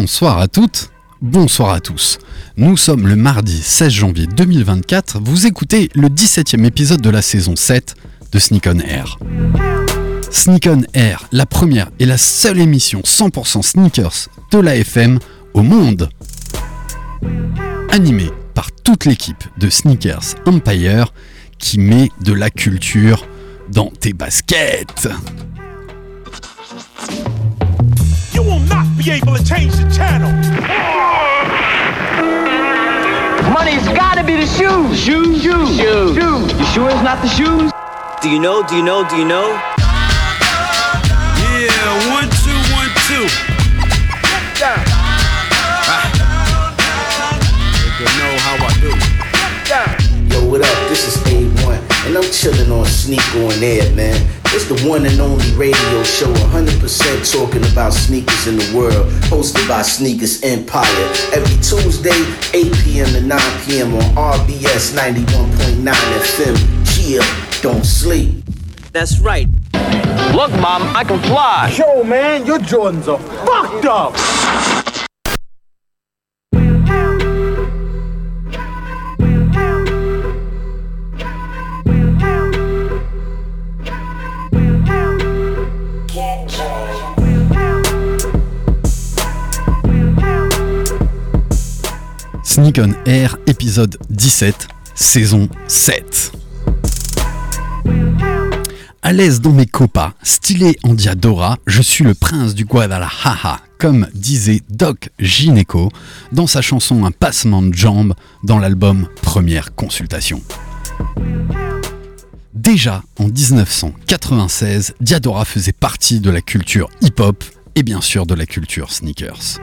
Bonsoir à toutes, bonsoir à tous. Nous sommes le mardi 16 janvier 2024, vous écoutez le 17e épisode de la saison 7 de Sneak on Air. Sneak on Air, la première et la seule émission 100% sneakers de la FM au monde. Animée par toute l'équipe de Sneakers Empire qui met de la culture dans tes baskets. You will not be able to change the channel. Money's gotta be the shoes. Shoes. You sure it's not the shoes? Do you know? Yeah, 1, 2, 1, 2. Yeah. You know how I do. Yo, what up? This is A1, and I'm chillin' on Sneak on Air, man. It's the one and only radio show 100% talking about sneakers in the world, hosted by Sneakers Empire. Every Tuesday, 8 p.m. to 9 p.m. on RBS 91.9 FM. Chill, don't sleep. That's right. Look, Mom, I can fly. Yo, man, your Jordans are fucked up. Sneak on Air, épisode 17, saison 7. À l'aise dans mes copas, stylé en Diadora, je suis le prince du Guadalajara, comme disait Doc Gineco dans sa chanson Un passement de jambes dans l'album Première Consultation. Déjà en 1996, Diadora faisait partie de la culture hip-hop et bien sûr de la culture sneakers.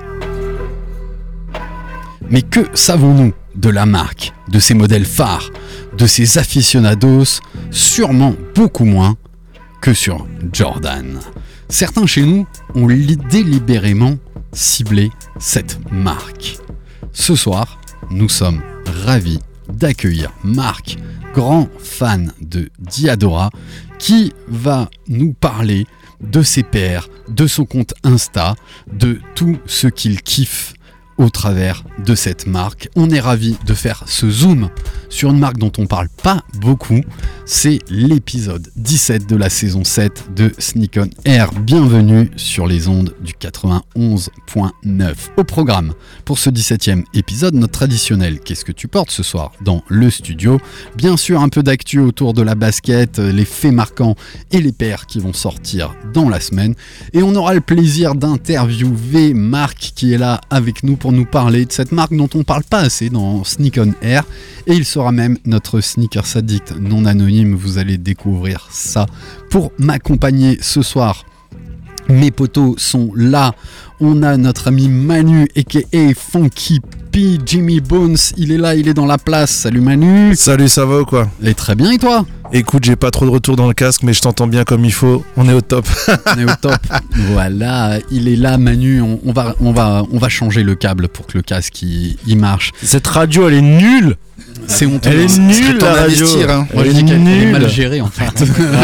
Mais que savons-nous de la marque, de ses modèles phares, de ses aficionados? Sûrement beaucoup moins que sur Jordan. Certains chez nous ont délibérément ciblé cette marque. Ce soir, nous sommes ravis d'accueillir Marc, grand fan de Diadora, qui va nous parler de ses paires, de son compte Insta, de tout ce qu'il kiffe au travers de cette marque. On est ravis de faire ce zoom sur une marque dont on parle pas beaucoup. C'est l'épisode 17 de la saison 7 de Sneak on Air. Bienvenue sur les ondes du 91.9. Au programme pour ce 17e épisode, notre traditionnel Qu'est-ce que tu portes ce soir dans le studio. Bien sûr, un peu d'actu autour de la basket, les faits marquants et les paires qui vont sortir dans la semaine. Et on aura le plaisir d'interviewer Marc qui est là avec nous pour nous parler de cette marque dont on parle pas assez dans Sneak on Air, et il sera même notre sneakers addict non anonyme. Vous allez découvrir ça. Pour m'accompagner ce soir, mes potos sont là. On a notre ami Manu aka Funky P, Jimmy Bones, il est là, il est dans la place. Salut Manu. Salut, ça va ou quoi? Et très bien, et toi? Écoute, j'ai pas trop de retour dans le casque, mais je t'entends bien comme il faut. On est au top. On est au top. Voilà, il est là, Manu. On va changer le câble pour que le casque il marche. Cette radio, elle est nulle. C'est honteux. Elle est nulle, la radio. Hein. Moi, je dis qu'elle est mal gérée, en fait.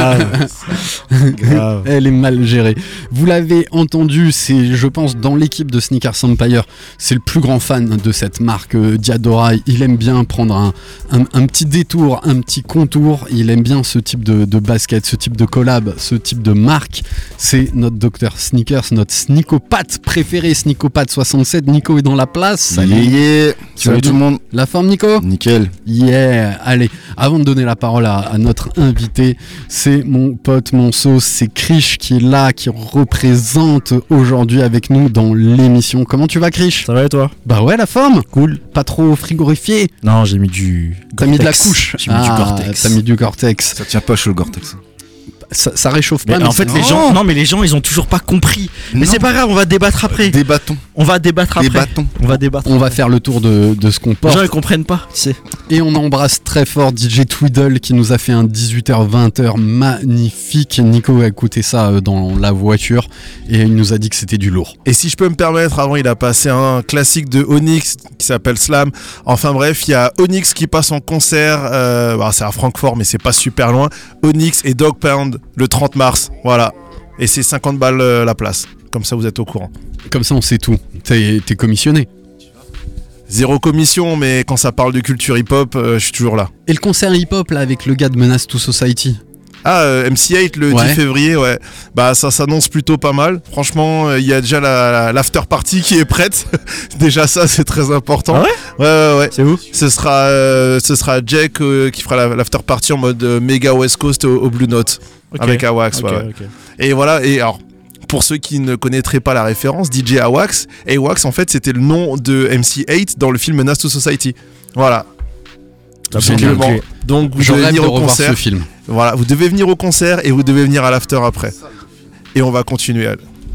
Grave. Elle est mal gérée. Vous l'avez entendu, c'est, je pense, dans l'équipe de Sneakers Empire, c'est le plus grand fan de cette marque Diadora. Il aime bien prendre un petit détour, un petit contour. Il aime bien ce type de basket, ce type de collab, ce type de marque. C'est notre docteur Sneakers, notre sneakopathe préféré, Sneakopathe 67. Nico est dans la place. Salut tout le monde. La forme, Nico? Nickel. Yeah, allez, avant de donner la parole à notre invité, c'est mon pote, mon sauce, c'est Krish qui est là, qui représente aujourd'hui avec nous dans l'émission. Comment tu vas, Krish? Ça va et toi? Bah ouais, la forme. Cool. Pas trop frigorifié? Non, j'ai mis du Gore-Tex. T'as mis de la couche? J'ai mis du Gore-Tex. T'as mis du Gore-Tex. Ça tient pas chaud le Gore-Tex. Ça réchauffe pas. Mais en fait, les gens, non, mais les gens, ils ont toujours pas compris. Mais non. c'est pas grave, on va débattre après. Débattons. On va débattre après. Débattons. On va débattre. On va faire le tour de ce qu'on Les porte. gens, ils comprennent pas, tu sais. Et on embrasse très fort DJ Twiddle qui nous a fait un 18h-20h magnifique. Nico a écouté ça dans la voiture et il nous a dit que c'était du lourd. Et si je peux me permettre, avant il a passé un classique de Onyx qui s'appelle Slam. Enfin bref, il y a Onyx qui passe en concert, c'est à Francfort mais c'est pas super loin. Onyx et Dog Pound le 30 mars, voilà. Et c'est 50 balles la place. comme ça vous êtes au courant. Comme ça, on sait tout. T'es commissionné. Zéro commission, mais quand ça parle de culture hip-hop, je suis toujours là. Et le concert hip-hop, là, avec le gars de Menace to Society? MC8 le 10 février, ouais. Bah ça s'annonce plutôt pas mal. Franchement, il y a déjà l'after party qui est prête. Déjà ça, c'est très important. Ah ouais. C'est où? Ce sera Jack qui fera l'after party en mode méga West Coast au Blue Note avec Awax. Okay. Et voilà. Et alors, pour ceux qui ne connaîtraient pas la référence, DJ Awax en fait, c'était le nom de MC8 dans le film Menace to Society. Voilà. Tout simplement. Donc vous Je devez rêve de venir au revoir concert. ce film. Voilà, vous devez venir au concert et vous devez venir à l'after après. Et on va continuer.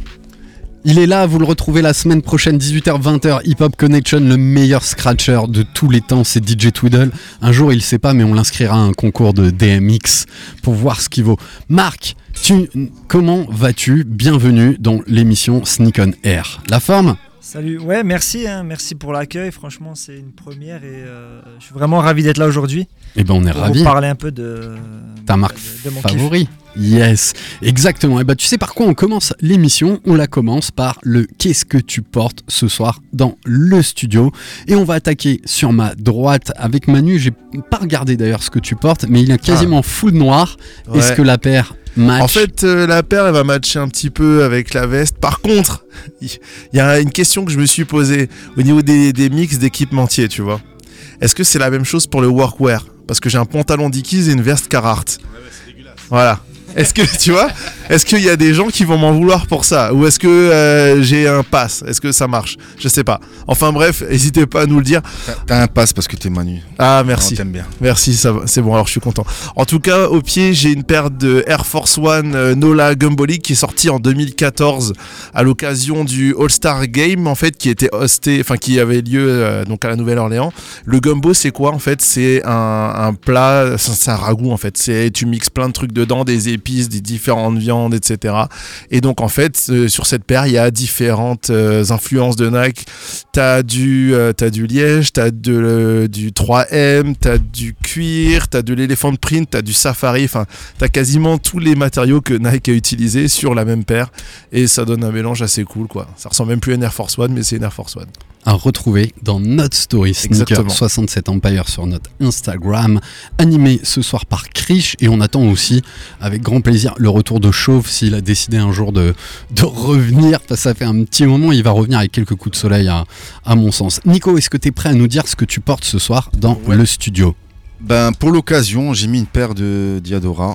Il est là, vous le retrouvez la semaine prochaine, 18h-20h, Hip Hop Connection, le meilleur scratcher de tous les temps, c'est DJ Twiddle. Un jour, il sait pas, mais on l'inscrira à un concours de DMX pour voir ce qu'il vaut. Marc, comment vas-tu? Bienvenue dans l'émission Sneak on Air. La forme? Salut, ouais, merci pour l'accueil. Franchement, c'est une première et je suis vraiment ravi d'être là aujourd'hui. Eh ben, on est pour ravis. vous parler un peu de ta marque de mon favori. Yes, exactement. Et bah, tu sais par quoi on commence l'émission? On la commence par le qu'est-ce que tu portes ce soir dans le studio. Et on va attaquer sur ma droite avec Manu. J'ai pas regardé d'ailleurs ce que tu portes, mais il est quasiment full noir. Ouais. Est-ce que la paire match? En fait, la paire, elle va matcher un petit peu avec la veste. Par contre, il y a une question que je me suis posée au niveau des mix d'équipementiers, tu vois. Est-ce que c'est la même chose pour le workwear? Parce que j'ai un pantalon Dickies et une veste Carhartt. Voilà. Est-ce que, tu vois, est-ce qu'il y a des gens qui vont m'en vouloir pour ça? Ou est-ce que j'ai un pass? Est-ce que ça marche? Je sais pas. Enfin bref, n'hésitez pas à nous le dire. T'as un pass parce que t'es Manu. Ah, merci. On t'aime bien. Merci, ça va. C'est bon, alors je suis content. En tout cas, au pied, j'ai une paire de Air Force One Nola Gumbo League qui est sortie en 2014 à l'occasion du All-Star Game, en fait, qui était hosté, enfin, qui avait lieu donc à la Nouvelle-Orléans. Le gumbo, c'est quoi? En fait, c'est un plat, c'est un ragoût, en fait. Tu mixes plein de trucs dedans, des épices, des différentes viandes, etc. Et donc en fait sur cette paire il y a différentes influences de Nike. T'as du liège, t'as du 3M, t'as du cuir, t'as de l'éléphant print, t'as du safari, enfin t'as quasiment tous les matériaux que Nike a utilisés sur la même paire et ça donne un mélange assez cool quoi. Ça ressemble même plus à une Air Force One mais c'est une Air Force One. À retrouver dans notre story Sneaker67 Empire sur notre Instagram, animé ce soir par Krish, et on attend aussi avec grand plaisir le retour de Chauve s'il a décidé un jour de revenir, parce que ça fait un petit moment, il va revenir avec quelques coups de soleil à mon sens. Nico, est-ce que tu es prêt à nous dire ce que tu portes ce soir dans le studio? Ben, pour l'occasion, j'ai mis une paire de Diadora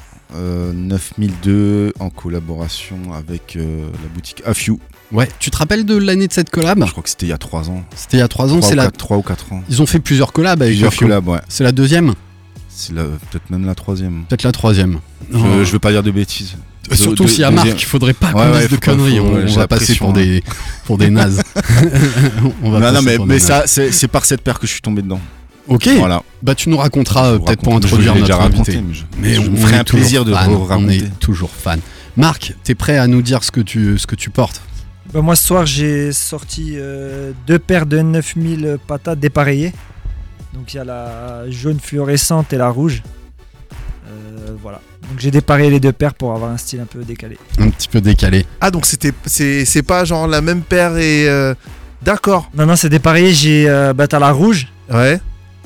9002 en collaboration avec la boutique A Few. Ouais, tu te rappelles de l'année de cette collab? Je crois que c'était il y a 3 ans. C'était il y a 3 ans, 3 ou 4 ans. Ils ont fait plusieurs collabs avec plusieurs collabs, ouais. C'est la deuxième? C'est peut-être même la troisième. Peut-être la troisième. Je veux pas dire de bêtises. Surtout s'il y a Marc, il faudrait pas qu'on dise de conneries. On va passer pour des nazes. mais ça, c'est par cette paire que je suis tombé dedans. Ok, voilà. Bah tu nous raconteras peut-être pour introduire notre invité. Mais on me ferait un plaisir de raconter. On est toujours fan. Marc, t'es prêt à nous dire ce que tu portes? Bah moi ce soir j'ai sorti 2 paires de N9000 Pata dépareillées. Donc il y a la jaune fluorescente et la rouge. Voilà. Donc j'ai dépareillé les 2 paires pour avoir un style un peu décalé. Un petit peu décalé. Ah donc c'est pas genre la même paire et d'accord. Non c'est dépareillé, t'as la rouge. Ouais.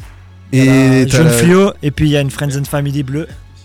Et jaune fluo et puis il y a une Friends and Family bleue.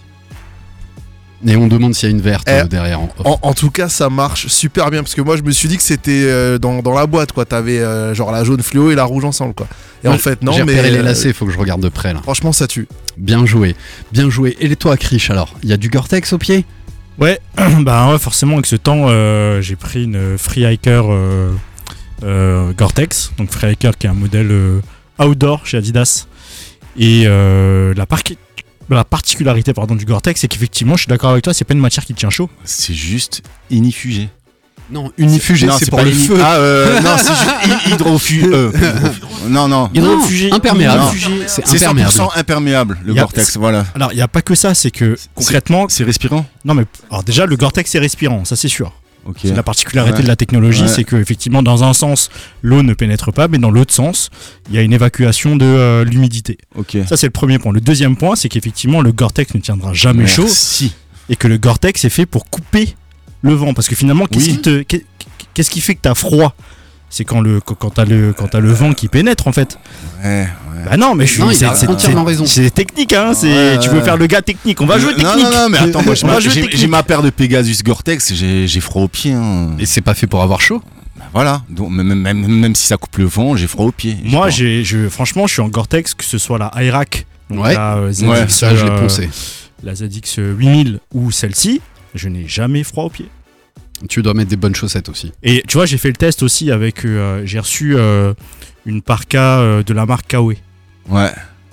Et on demande s'il y a une verte derrière. En tout cas, ça marche super bien parce que moi je me suis dit que c'était dans la boîte quoi. T'avais genre la jaune fluo et la rouge ensemble quoi. Et en fait non. J'ai repéré les lacets, faut que je regarde de près là. Franchement, ça tue. Bien joué, bien joué. Et toi, Krish alors, il y a du Gore-Tex au pied? Ouais, bah ouais, forcément avec ce temps, j'ai pris une Free Hiker Gore-Tex, donc Free Hiker qui est un modèle outdoor chez Adidas. Et la particularité du Gore-Tex, c'est qu'effectivement, je suis d'accord avec toi, c'est pas une matière qui tient chaud. C'est juste inifugé. Non, unifugé, c'est pour le feu. Non, c'est juste hydrofugé. Non. Hydrofugé, imperméable. C'est 100% imperméable, le Gore-Tex, voilà. Alors, il n'y a pas que ça, c'est que concrètement. C'est respirant? Non, mais alors déjà, le Gore-Tex est respirant, ça c'est sûr. Okay. C'est la particularité de la technologie, c'est que effectivement dans un sens l'eau ne pénètre pas, mais dans l'autre sens il y a une évacuation de l'humidité. Ça c'est le premier point. Le deuxième point c'est qu'effectivement le Gore-Tex ne tiendra jamais chaud et que le Gore-Tex est fait pour couper le vent. Parce que finalement, qu'est-ce qui fait que t'as froid? C'est quand t'as le vent qui pénètre en fait. Ouais. Bah non, mais il a entièrement raison. C'est technique, hein. Tu veux faire le gars technique. On va jouer technique. Non, mais attends, moi j'ai ma paire de Pegasus Gore-Tex, j'ai froid aux pieds. Hein. Et c'est pas fait pour avoir chaud. Bah voilà, donc, même si ça coupe le vent, j'ai froid aux pieds. Moi, franchement, je suis en Gore-Tex, que ce soit la IRAC, donc Ouais. la ZX, Ouais, ça, je l'ai poncé. la ZX 8000 ou celle-ci, je n'ai jamais froid aux pieds. Tu dois mettre des bonnes chaussettes aussi. Et tu vois, j'ai fait le test aussi avec. J'ai reçu une parka de la marque Kawe. Ouais.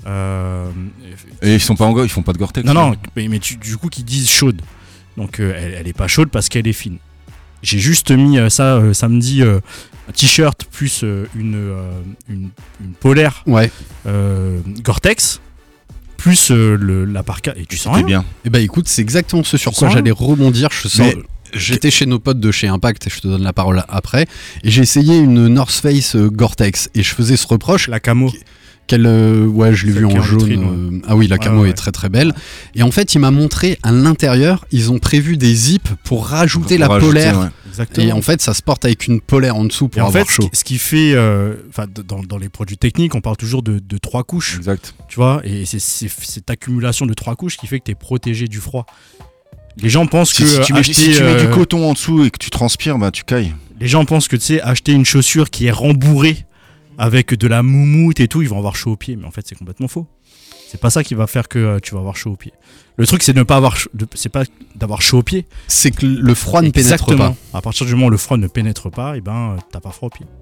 Et ils font pas de Gore-Tex. Non, mais du coup, qui disent chaude. Donc, elle est pas chaude parce qu'elle est fine. J'ai juste mis ça samedi, un t-shirt plus une polaire Gore-Tex, plus la parka. Et tu sens rien. bien. Et bah écoute, c'est exactement ce sur Tu quoi sens j'allais rebondir. J'étais chez nos potes de chez Impact, et je te donne la parole après, et j'ai essayé une North Face Gore-Tex, et je faisais ce reproche. La camo. Ouais, je l'ai vu Celle qui est en en jaune. vitrine, Ah oui, la camo ouais. est très très belle. Et en fait, il m'a montré à l'intérieur, ils ont prévu des zips pour rajouter la polaire. Ouais. Exactement. Et en fait, ça se porte avec une polaire en dessous pour Et en avoir fait, chaud. ce qui fait, dans les produits techniques, on parle toujours de 3 couches. Exact. Tu vois, et c'est cette accumulation de 3 couches qui fait que tu es protégé du froid. Les gens pensent que Si tu mets du coton, coton en dessous et que tu transpires, bah tu cailles. les gens pensent que tu sais, acheter une chaussure qui est rembourrée avec de la moumoute et tout, ils vont avoir chaud aux pieds. Mais en fait, c'est complètement faux. C'est pas ça qui va faire que tu vas avoir chaud aux pieds. Le truc, c'est de ne pas avoir, c'est pas d'avoir chaud aux pieds. C'est que le froid ne pénètre Exactement. pas. À partir du moment où le froid ne pénètre pas, et ben, t'as pas froid aux pieds.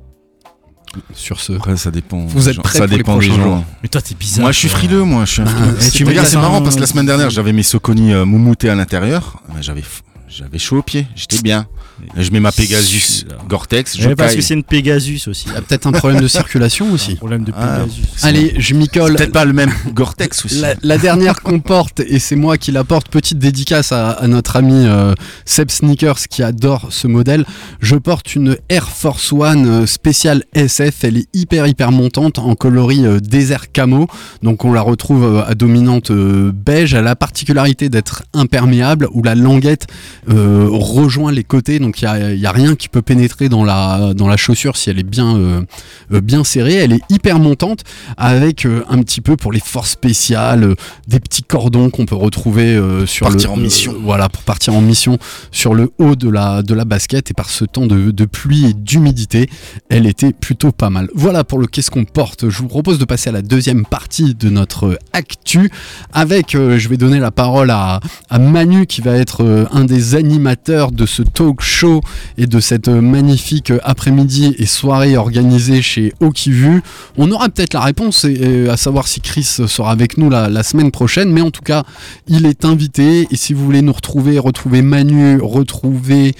Sur ce. Après, ça dépend. Vous êtes prêts ça pour les dépend des prochains gens. jours? Mais toi, t'es bizarre. Moi, je suis toi. frileux, moi. Je suis un frileux. tu me Regarde, c'est laisses marrant un- parce que la semaine dernière, j'avais mes Soconi moumoutés à l'intérieur. Bah, j'avais chaud aux pieds. J'étais bien. Et je mets ma Pegasus Celui-là. Gore-Tex. Je Ouais, parce que caille. c'est une Pegasus aussi. Il y a peut-être un problème de circulation aussi. Problème de Ah, Pegasus. Allez, je m'y colle. Peut-être pas le même Gore-Tex aussi. La dernière qu'on porte, et c'est moi qui la porte, petite dédicace à notre ami Seb Sneakers qui adore ce modèle. Je porte une Air Force One spéciale SF. Elle est hyper montante en coloris désert camo. Donc on la retrouve à dominante beige. Elle a la particularité d'être imperméable où la languette rejoint les côtés. Donc il y a rien qui peut pénétrer dans la chaussure si elle est bien serrée. Elle est hyper montante avec un petit peu pour les forces spéciales, des petits cordons qu'on peut retrouver sur Partir en mission. Voilà, pour partir en mission sur le haut de la basket. Et par ce temps de pluie et d'humidité, elle était plutôt pas mal. Voilà pour le qu'est-ce qu'on porte. Je vous propose de passer à la deuxième partie de notre actu avec, je vais donner la parole à Manu qui va être un des animateurs de ce talk show et de cette magnifique après-midi et soirée organisée chez Okivu. On aura peut-être la réponse à savoir si Chris sera avec nous la semaine prochaine, mais en tout cas il est invité. Et si vous voulez nous retrouver Manu, retrouver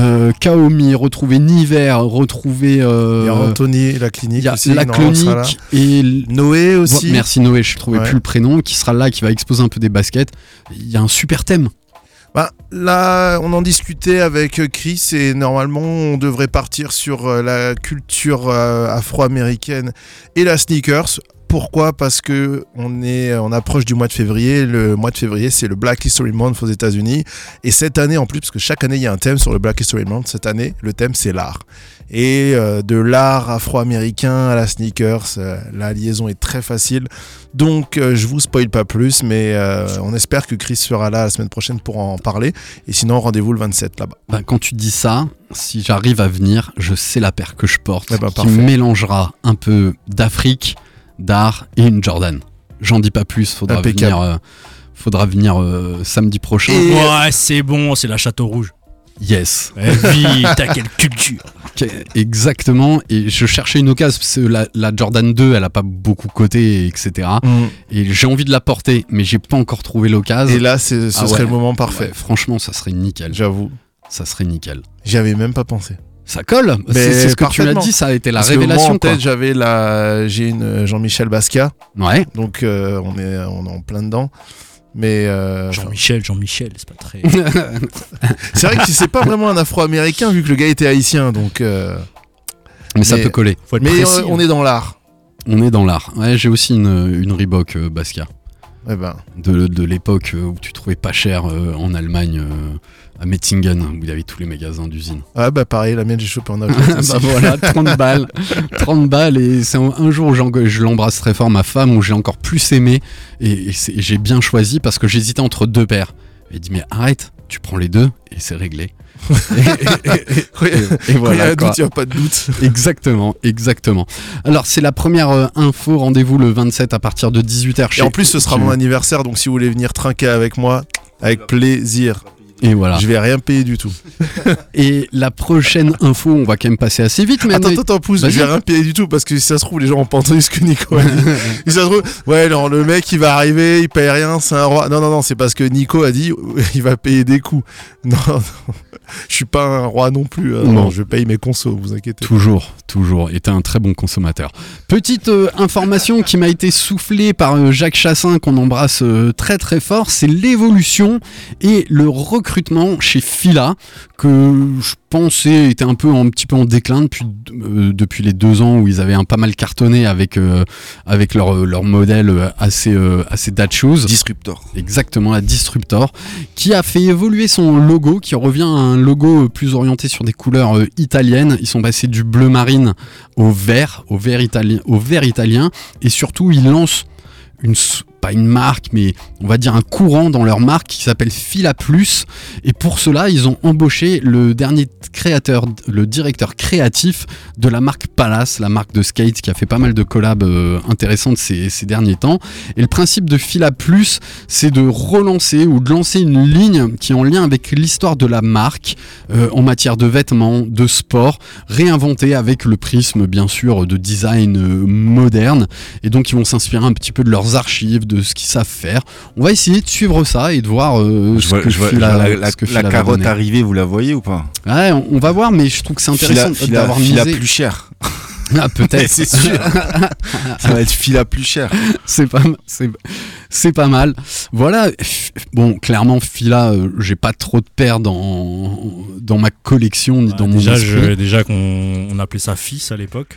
Kaomi, retrouver Niver, retrouver Il y a Anthony, la clinique il y a aussi. la normalement, sera là. clinique et Noé aussi. merci Noé, je ne trouvais Ouais. plus le prénom, qui sera là, qui va exposer un peu des baskets. Il y a un super thème. Bah, là, on en discutait avec Chris et normalement, on devrait partir sur la culture afro-américaine et la sneakers. Pourquoi ? Parce que on approche du mois de février. Le mois de février, c'est le Black History Month aux États-Unis. Et cette année, en plus, parce que chaque année, il y a un thème sur le Black History Month, cette année, le thème, c'est l'art. Et de l'art afro-américain à la sneakers, la liaison est très facile. Donc, je vous spoil pas plus, mais on espère que Chris sera là la semaine prochaine pour en parler. Et sinon, rendez-vous le 27 là-bas. Ben, quand tu dis ça, si j'arrive à venir, je sais la paire que je porte, Eh ben, qui parfait. mélangera un peu d'Afrique, d'art et une Jordan. J'en dis pas plus, faudra Impeccable. venir samedi prochain. Ouais, c'est bon, c'est la Château Rouge. Yes. Vite, t'as quelle culture. Ok, exactement. Et je cherchais une occasion, parce que la Jordan 2, elle a pas beaucoup coté, etc. Et j'ai envie de la porter, mais j'ai pas encore trouvé l'occasion. Et là, ce Ah serait ouais. le moment parfait. Ouais, franchement, ça serait nickel. J'avoue. Ça serait nickel. J'y avais même pas pensé. Ça colle. Mais C'est ce que tu m'as parfaitement. dit, ça a été la Parce que moi, révélation. en tête, quoi. j'ai une Jean-Michel Basquiat. Ouais. Donc, on est en plein dedans. Mais Jean-Michel, c'est pas très. c'est vrai que c'est pas vraiment un Afro-Américain vu que le gars était haïtien. Donc, Mais ça Mais- peut coller. Faut être mais précis. on est dans l'art. On est dans l'art. Ouais, j'ai aussi une Reebok Basquiat. Eh ben. De l'époque où tu trouvais pas cher en Allemagne, à Metzingen, où il y avait tous les magasins d'usine. Ah bah pareil, la mienne j'ai chopé en outlet aussi. Bah voilà, 30 balles. 30 balles, et c'est un jour où je l'embrasse très fort, ma femme, où j'ai encore plus aimé, et j'ai bien choisi parce que j'hésitais entre 2 paires. Elle dit mais arrête, tu prends les 2 et c'est réglé. Et voilà, il y a un doute, il n'y a pas de doute. Exactement. Alors c'est la première info, rendez-vous le 27 à partir de 18h. Et en plus ce sera mon anniversaire, donc si vous voulez venir trinquer avec moi, avec plaisir. Et voilà. Je vais rien payer du tout. Et la prochaine info, on va quand même passer assez vite. Mais attends, pousse, je vais rien payer du tout parce que si ça se trouve, les gens ont pas entendu ce que Nico a dit. Si ça se trouve, ouais, non, le mec il va arriver, il paye rien, c'est un roi. Non, c'est parce que Nico a dit il va payer des coûts. Non, je suis pas un roi non plus. Non, je paye mes consos, vous inquiétez. Toujours. Et t'es un très bon consommateur. Petite information qui m'a été soufflée par Jacques Chassin, qu'on embrasse très très fort, c'est l'évolution et le recrutement chez Fila, que je pensais était un petit peu en déclin depuis les 2 ans où ils avaient pas mal cartonné avec leur modèle assez dad shoes. Disruptor. Exactement, la Disruptor, qui a fait évoluer son logo, qui revient à un logo plus orienté sur des couleurs italiennes. Ils sont passés du bleu marine au vert italien, et surtout ils lancent pas une marque, mais on va dire un courant dans leur marque qui s'appelle Fila Plus, et pour cela ils ont embauché le directeur créatif de la marque Palace, la marque de skate qui a fait pas mal de collabs intéressantes ces derniers temps. Et le principe de Fila Plus, c'est de relancer ou de lancer une ligne qui est en lien avec l'histoire de la marque en matière de vêtements, de sport, réinventée avec le prisme bien sûr de design moderne, et donc ils vont s'inspirer un petit peu de leurs archives, de ce qu'ils savent faire. On va essayer de suivre ça et de voir la carotte arriver, vous la voyez ou pas? Ouais, on va voir, mais je trouve que c'est intéressant d'avoir misé. Fila plus cher. Ah, peut-être. C'est sûr. Ça va être Fila plus cher. C'est pas mal. Voilà. Bon, clairement, Fila, j'ai pas trop de paires dans ma collection ni dans mon esprit. Déjà qu'on appelait ça fils à l'époque.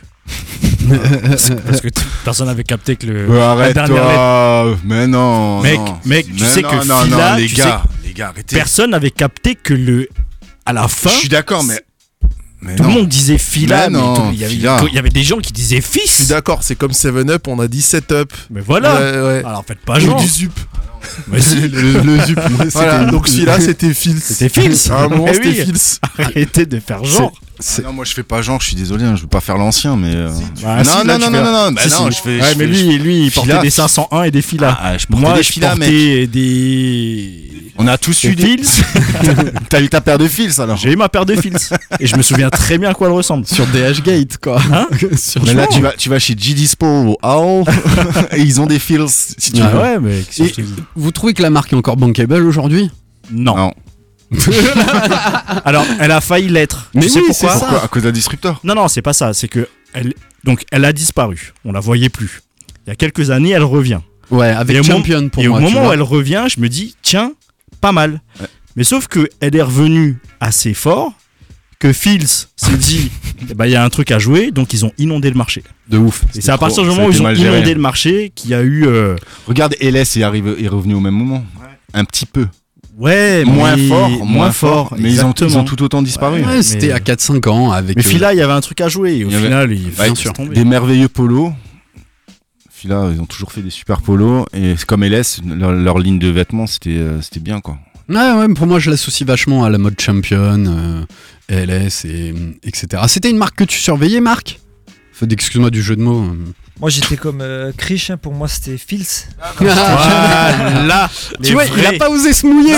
Parce que personne n'avait capté que arrête-toi. Mais non. Mec, tu sais que Fila, non, les gars, arrêtez. Personne n'avait capté que à la fin. Je suis d'accord, mais tout le monde disait Fila, mais il y avait des gens qui disaient fils. Je suis d'accord, c'est comme 7-Up, on a dit 7-Up. Mais voilà. Ouais. Alors faites pas genre. Du Zup. Le Zup. Voilà, donc Fila c'était Fils. C'était Fils. À un moment c'était Fils. Arrêtez de faire genre. Non, moi je fais pas genre, je suis désolé, je veux pas faire l'ancien, mais. Non, je fais. Ouais, mais lui, il portait des 501 et des Fila. Moi, je portais des. On a tous eu des fils. T'as eu ta paire de fils alors? J'ai eu ma paire de fils. Et je me souviens très bien à quoi elle ressemble. Sur DH-Gate, quoi. Hein? Mais là, tu vas chez G-Dispo ou AO et ils ont des fils. Si tu veux. Ouais, mais. Vous trouvez que la marque est encore bankable aujourd'hui? Non. Alors, elle a failli l'être. Mais tu sais pourquoi? À cause de la Disruptor? Non, c'est pas ça. C'est que elle a disparu. On la voyait plus. Il y a quelques années, elle revient. Ouais, avec Champion pour moi. Et au moment où elle revient, je me dis, tiens, pas mal. Ouais. Mais sauf que elle est revenue assez fort, que Fils s'est dit, il y a un truc à jouer, donc ils ont inondé le marché. De ouf. Et c'est à partir du moment où ils ont inondé le marché qu'il y a eu. Regarde, LS est revenu au même moment. Ouais. Un petit peu. Ouais, moins fort. Mais ils ont tout autant disparu. Ouais, c'était à 4-5 ans avec. Mais Fila, il y avait un truc à jouer. Et au final, bien sûr. Des merveilleux polos. Fila, ils ont toujours fait des super polos. Et comme LS, leur ligne de vêtements, c'était bien, quoi. Ouais, pour moi, je l'associe vachement à la mode Champion, LS, etc. C'était une marque que tu surveillais, Marc? Excuse-moi du jeu de mots. Moi j'étais comme Krish, pour moi c'était Fils. Voilà. Tu vois, il a pas osé se mouiller.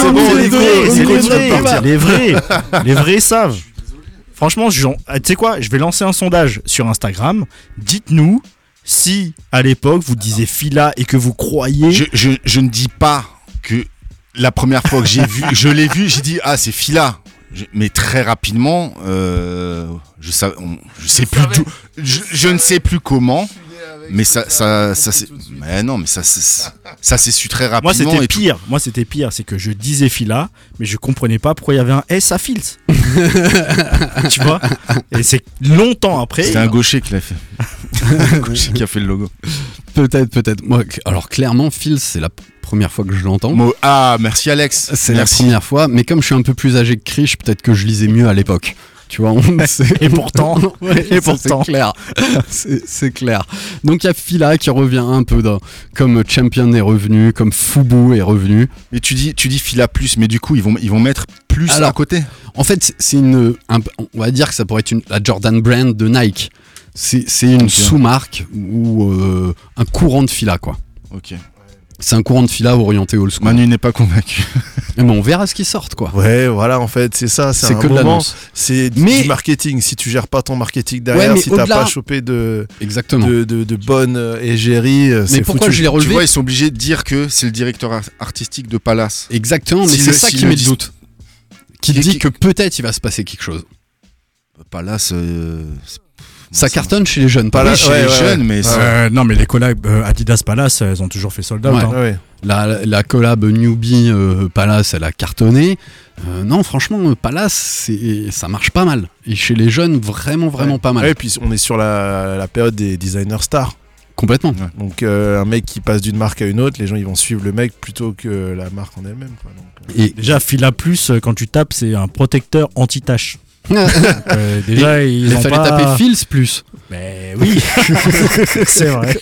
Les vrais savent. Franchement, tu sais quoi, je vais lancer un sondage sur Instagram. Dites-nous si à l'époque vous disiez Fila et que vous croyez. Je ne dis pas que la première fois que je l'ai vu, j'ai dit c'est Fila. Mais très rapidement, je ne sais plus comment, mais ça c'est. Mais non, mais ça s'est su très rapidement. Moi c'était pire, c'est que je disais Fila, mais je comprenais pas pourquoi il y avait un S à Fils. Tu vois? Et c'est longtemps après. C'était un gaucher qui l'a fait. Un gaucher qui a fait le logo. Peut-être. Moi, alors clairement, Phil, c'est la première fois que je l'entends. Ah, merci Alex. C'est la première fois, mais comme je suis un peu plus âgé que Krish, peut-être que je lisais mieux à l'époque. Tu vois, et pourtant, c'est clair. C'est clair. Donc il y a Fila qui revient un peu comme Champion est revenu, comme Fubu est revenu. Mais tu dis Fila plus, mais du coup ils vont mettre plus à côté. En fait, c'est on va dire que ça pourrait être la Jordan Brand de Nike. C'est une sous-marque ou un courant de Fila, quoi. Ok. C'est un courant de Fila orienté old school. Manu n'est pas convaincu. Mais on verra ce qui sort, quoi. Ouais, voilà, en fait, c'est ça. C'est un que moment, de l'annonce. C'est du marketing. Si tu gères pas ton marketing derrière, si t'as pas chopé de bonnes égéries, c'est foutu. Pourquoi je l'ai relevé ? Tu vois, ils sont obligés de dire que c'est le directeur artistique de Palace. Exactement, mais c'est ça qui met le doute. Qui dit que peut-être il va se passer quelque chose. Palace... Ça cartonne chez les jeunes. Pas chez les jeunes, mais non, mais les collabs Adidas Palace, elles ont toujours fait sold out. Ouais. La collab Newbie Palace, elle a cartonné. Non, franchement, Palace, ça marche pas mal. Et chez les jeunes, vraiment pas mal. Ouais, et puis on est sur la période des designers stars. Complètement. Ouais. Donc un mec qui passe d'une marque à une autre, les gens ils vont suivre le mec plutôt que la marque en elle-même. Quoi. Donc, Et déjà, Fila Plus, quand tu tapes, c'est un protecteur anti-tache. Déjà, il fallait taper Fils Plus. Mais oui, c'est vrai.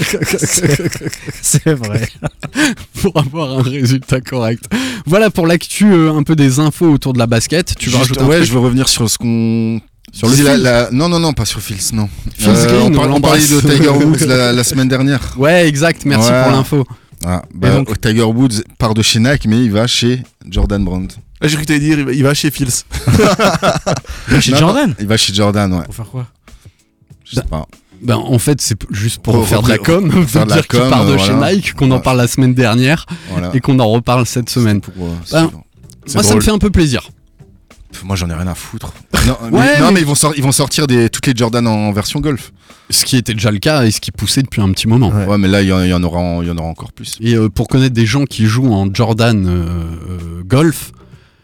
C'est vrai. Pour avoir un résultat correct. Voilà pour l'actu, un peu des infos autour de la basket. Tu veux rajouter un truc ? Je veux revenir sur ce qu'on... Sur le Fils. Non, pas sur Fils, non. On parlait de Tiger Woods la semaine dernière. Ouais, exact, merci pour l'info. Donc, Tiger Woods part de chez Nike, mais il va chez Jordan Brand. J'ai cru que t'allais dire il va chez Fils. Il va chez Jordan. Il va chez Jordan, ouais. Pour faire quoi ? Je sais pas. En fait, c'est juste pour faire de la com, pour dire qu'il part de chez Nike, qu'on en parle la semaine dernière et qu'on en reparle cette semaine. Moi, ça me fait un peu plaisir. Moi, j'en ai rien à foutre. mais ils vont sortir toutes les Jordan en version golf. Ce qui était déjà le cas et ce qui poussait depuis un petit moment. Ouais, mais là, il y en aura encore plus. Et pour connaître des gens qui jouent en Jordan golf,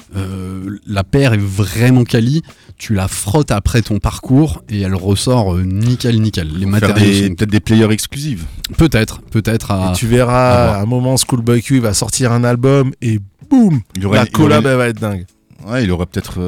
la paire est vraiment quali. Tu la frottes après ton parcours et elle ressort nickel. Les matériaux peut-être des players exclusifs. Peut-être. Et tu verras à un moment Schoolboy Q il va sortir un album et boum, la collab elle va être dingue. Ouais, il aurait peut-être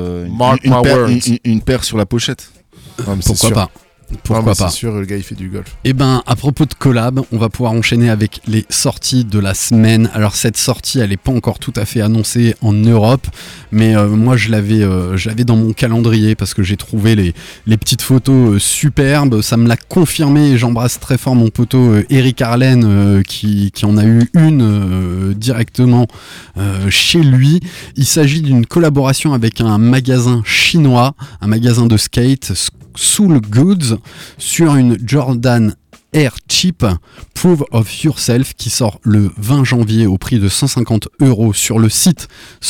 une paire sur la pochette. Ouais, pourquoi pas. Pourquoi pas. C'est sûr, le gars il fait du golf. Et à propos de collab, on va pouvoir enchaîner avec les sorties de la semaine. Alors cette sortie, elle n'est pas encore tout à fait annoncée en Europe, mais moi je l'avais dans mon calendrier parce que j'ai trouvé les petites photos superbes. Ça me l'a confirmé et j'embrasse très fort mon poteau Eric Arlen qui en a eu une directement chez lui. Il s'agit d'une collaboration avec un magasin chinois, un magasin de skate, Soul Goods, sur une Jordan Air Cheap Prove of Yourself qui sort le 20 janvier au prix de 150 € sur le site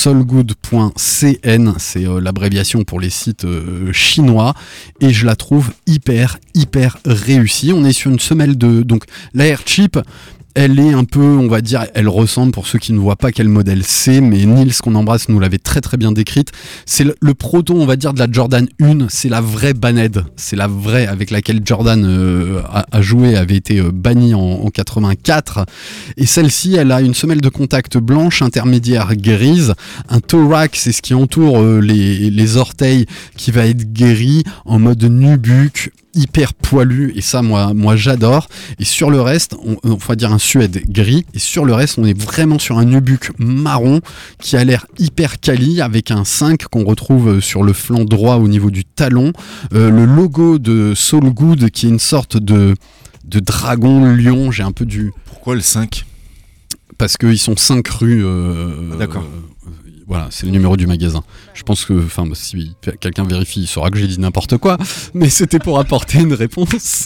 soulgood.cn, c'est l'abréviation pour les sites chinois, et je la trouve hyper réussie. On est sur une semelle donc la Air Cheap. Elle est un peu, on va dire, elle ressemble, pour ceux qui ne voient pas quel modèle c'est, mais Nils qu'on embrasse nous l'avait très très bien décrite. C'est le proto, on va dire, de la Jordan 1, c'est la vraie Banned, c'est la vraie avec laquelle Jordan a joué, avait été bannie en 84. Et celle-ci, elle a une semelle de contact blanche, intermédiaire grise, un toe rack, c'est ce qui entoure les orteils, qui va être guéri en mode nubuck, hyper poilu, et ça moi j'adore. Et sur le reste, on va dire un suède gris, et sur le reste on est vraiment sur un nubuck marron qui a l'air hyper quali, avec un 5 qu'on retrouve sur le flanc droit au niveau du talon, le logo de Soul Good qui est une sorte de dragon lion. J'ai un peu du... Pourquoi le 5 ? Parce qu'ils sont 5 rues. D'accord. Voilà, c'est le numéro du magasin. Je pense que, si quelqu'un vérifie, il saura que j'ai dit n'importe quoi, mais c'était pour apporter une réponse.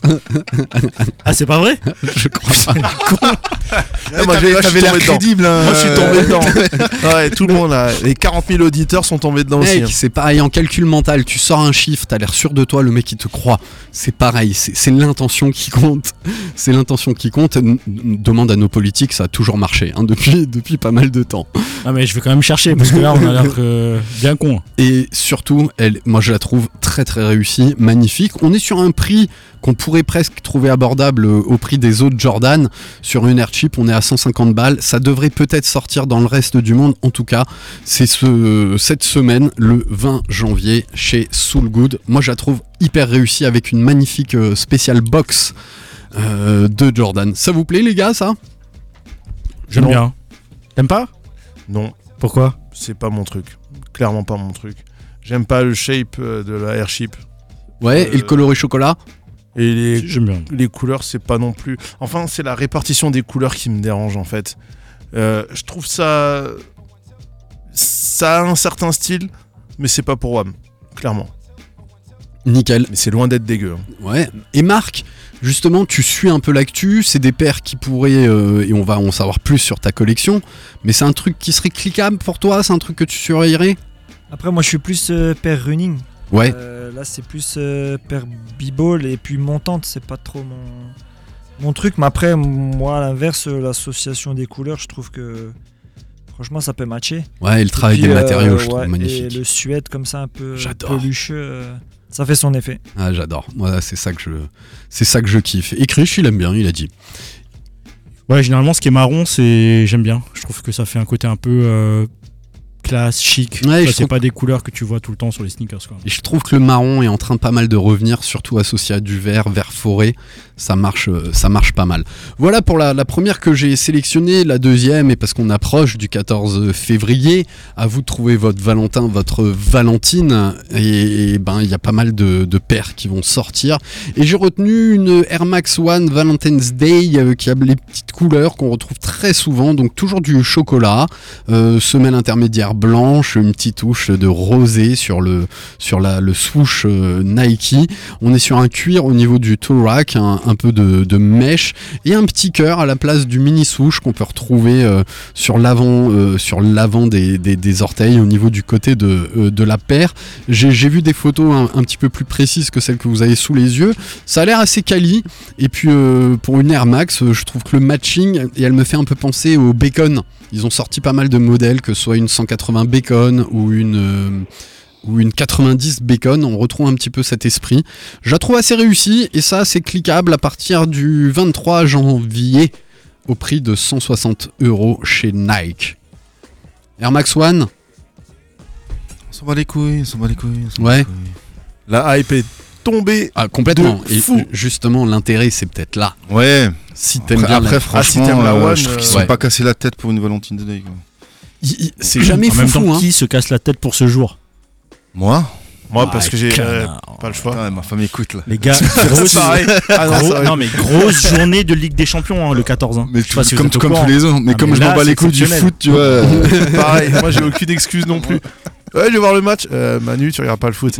Ah, c'est pas vrai ? Je crois pas. Moi, t'avais l'air crédible. Moi, je suis tombé dedans. Ouais, tout le monde, là, les 40 000 auditeurs sont tombés dedans aussi. Mec, c'est pareil, en calcul mental, tu sors un chiffre, t'as l'air sûr de toi, le mec il te croit. C'est pareil, c'est l'intention qui compte. C'est l'intention qui compte. Demande à nos politiques, ça a toujours marché, depuis pas mal de temps. Ah, mais je vais quand même chercher, parce que là, on a l'air bien con. Et surtout, moi je la trouve très très réussie, magnifique. On est sur un prix qu'on pourrait presque trouver abordable au prix des autres Jordan. Sur une Airchip, on est à 150 balles. Ça devrait peut-être sortir dans le reste du monde. En tout cas, c'est cette semaine, le 20 janvier, chez Soulgood. Moi, je la trouve hyper réussie avec une magnifique spéciale box de Jordan. Ça vous plaît, les gars, ça ? J'aime bien. T'aimes pas ? Non. Pourquoi ? C'est pas mon truc. Clairement pas mon truc. J'aime pas le shape de la Airchip. Ouais, et le coloris chocolat ? Et J'aime bien. les couleurs, c'est pas non plus... Enfin, c'est la répartition des couleurs qui me dérange, en fait. Je trouve ça... Ça a un certain style, mais c'est pas pour WAM. Clairement. Nickel. Mais c'est loin d'être dégueu. Ouais. Et Marc, justement, tu suis un peu l'actu. C'est des paires qui pourraient, et on va en savoir plus sur ta collection, mais c'est un truc qui serait cliquable pour toi ? C'est un truc que tu surveillerais ? Après, moi, je suis plus paire running. Ouais. Là, c'est plus paire b-ball et puis montante. C'est pas trop mon truc. Mais après, moi, à l'inverse, l'association des couleurs, je trouve que franchement, ça peut matcher. Ouais, et le travail des matériaux, je trouve ouais, magnifique. Et le suède comme ça, un peu J'adore. pelucheux, ça fait son effet. Ah, j'adore. Moi, c'est ça que je kiffe. Et Krish, il aime bien, il a dit. Ouais, généralement, ce qui est marron, j'aime bien. Je trouve que ça fait un côté un peu classe, chic. Ouais, Ça, je c'est trouve- pas des couleurs que tu vois tout le temps sur les sneakers, quoi. Et je trouve que le marron est en train pas mal de revenir, surtout associé à du vert forêt. Ça marche pas mal. Voilà pour la première que j'ai sélectionnée. La deuxième, et parce qu'on approche du 14 février, à vous de trouver votre Valentin, votre Valentine. Et ben, il y a pas mal de paires qui vont sortir. Et j'ai retenu une Air Max One Valentine's Day qui a les petites couleurs qu'on retrouve très souvent. Donc toujours du chocolat, semelle intermédiaire blanche, une petite touche de rosé sur le swoosh Nike. On est sur un cuir au niveau du toe rack, un peu de mèche et un petit cœur à la place du mini swoosh qu'on peut retrouver sur l'avant des orteils au niveau du côté de la paire. J'ai vu des photos un petit peu plus précises que celles que vous avez sous les yeux. Ça a l'air assez quali. Et puis pour une Air Max, je trouve que le matching, et elle me fait un peu penser au Bacon. Ils ont sorti pas mal de modèles, que ce soit une 180 Bacon ou une 90 Bacon, on retrouve un petit peu cet esprit. Je la trouve assez réussie, et ça c'est cliquable à partir du 23 janvier au prix de 160 € chez Nike. Air Max One, On s'en bat les couilles. ouais, La hype est tombée. complètement. De Et fou. justement, l'intérêt c'est peut-être là. Ouais. Si t'aimes Après, bien après, la... franchement, si t'aimes la One, je trouve qu'ils ouais. sont pas cassés la tête pour une Valentine Day. Quoi. C'est jamais En même foufou, temps, hein. qui se casse la tête pour ce jour ? Moi Moi, parce que j'ai connard. pas le choix. Putain, ma femme écoute là. Les gars, C'est grosse, pareil. Ah non, gros- ça va. non mais grosse journée de Ligue des Champions, hein, le 14. Hein. Mais Je sais pas si vous comme êtes au tous courant. les autres. Mais Ah, comme mais je m'en là, bats c'est les couilles du exceptionnel. foot, tu vois. Pareil, moi j'ai aucune excuse non plus. Ouais, je vais voir le match. Manu, tu regardes pas le foot.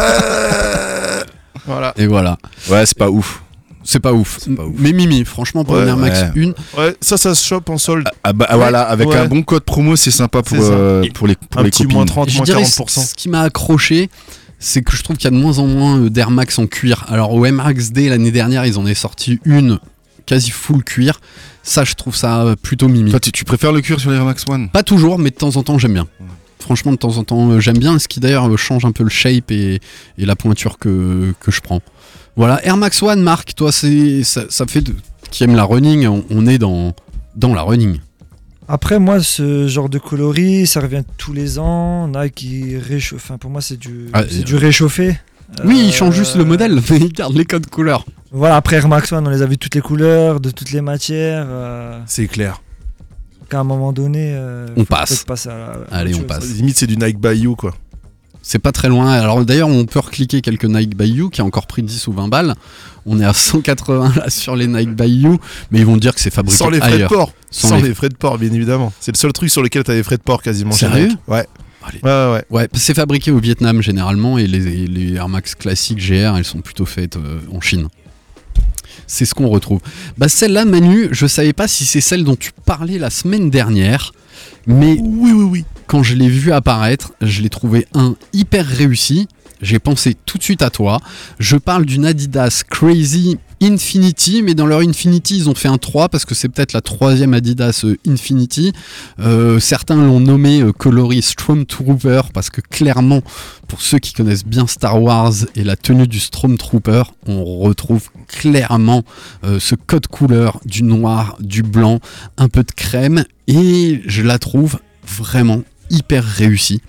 Voilà. Et voilà. Ouais, c'est pas ouf. C'est pas ouf. C'est pas ouf. Mais Mimi, franchement, pour Ouais, une Air Max ouais. 1, Ouais, ça se chope en solde. Ah bah voilà, avec Ouais. un bon code promo, c'est sympa pour C'est ça. pour les Un les petit copines. moins 30, je moins dirais 40%. ce qui m'a accroché, c'est que je trouve qu'il y a de moins en moins d'Air Max en cuir. Alors au Air Max Day l'année dernière, ils en ont sorti une quasi full cuir. Ça, je trouve ça plutôt mimi. Toi, tu préfères le cuir sur les Air Max One? Pas toujours, mais de temps en temps, j'aime bien. Franchement, de temps en temps, j'aime bien. Ce qui d'ailleurs change un peu le shape et la pointure que je prends. Voilà, Air Max One, Marc, toi, ça fait qui aime la running, on est dans la running. Après, moi, ce genre de coloris, ça revient tous les ans. Nike, il réchauffe. Enfin, pour moi, c'est du réchauffé. Oui, il change juste le modèle, mais il garde les codes couleurs. Voilà, après Air Max One, on les a vu toutes les couleurs, de toutes les matières. C'est clair. Qu'à un moment donné, On faut passe. peut-être passer à la Allez, autre on chose. passe. Limite, c'est du Nike by You, quoi. C'est pas très loin. Alors d'ailleurs, on peut recliquer quelques Nike by You qui a encore pris 10 ou 20 balles. On est à 180 là sur les Nike by You, mais ils vont dire que c'est fabriqué Sans les frais ailleurs. de port. Sans Sans les- les frais de port, bien évidemment. C'est le seul truc sur lequel t'as des frais de port quasiment. chez Sérieux Nike. Ouais. Allez. Ouais. Ouais, c'est fabriqué au Vietnam généralement et les Air Max classiques GR, elles sont plutôt faites en Chine. C'est ce qu'on retrouve. Bah celle-là, Manu, je savais pas si c'est celle dont tu parlais la semaine dernière, mais Oui. quand je l'ai vu apparaître, je l'ai trouvé hyper réussi. J'ai pensé tout de suite à toi. Je parle d'une Adidas Crazy Infinity, mais dans leur Infinity, ils ont fait un 3 parce que c'est peut-être la 3e Adidas Infinity. Certains l'ont nommé coloris Stormtrooper parce que clairement, pour ceux qui connaissent bien Star Wars et la tenue du Stormtrooper, on retrouve clairement ce code couleur du noir, du blanc, un peu de crème, et je la trouve vraiment hyper réussie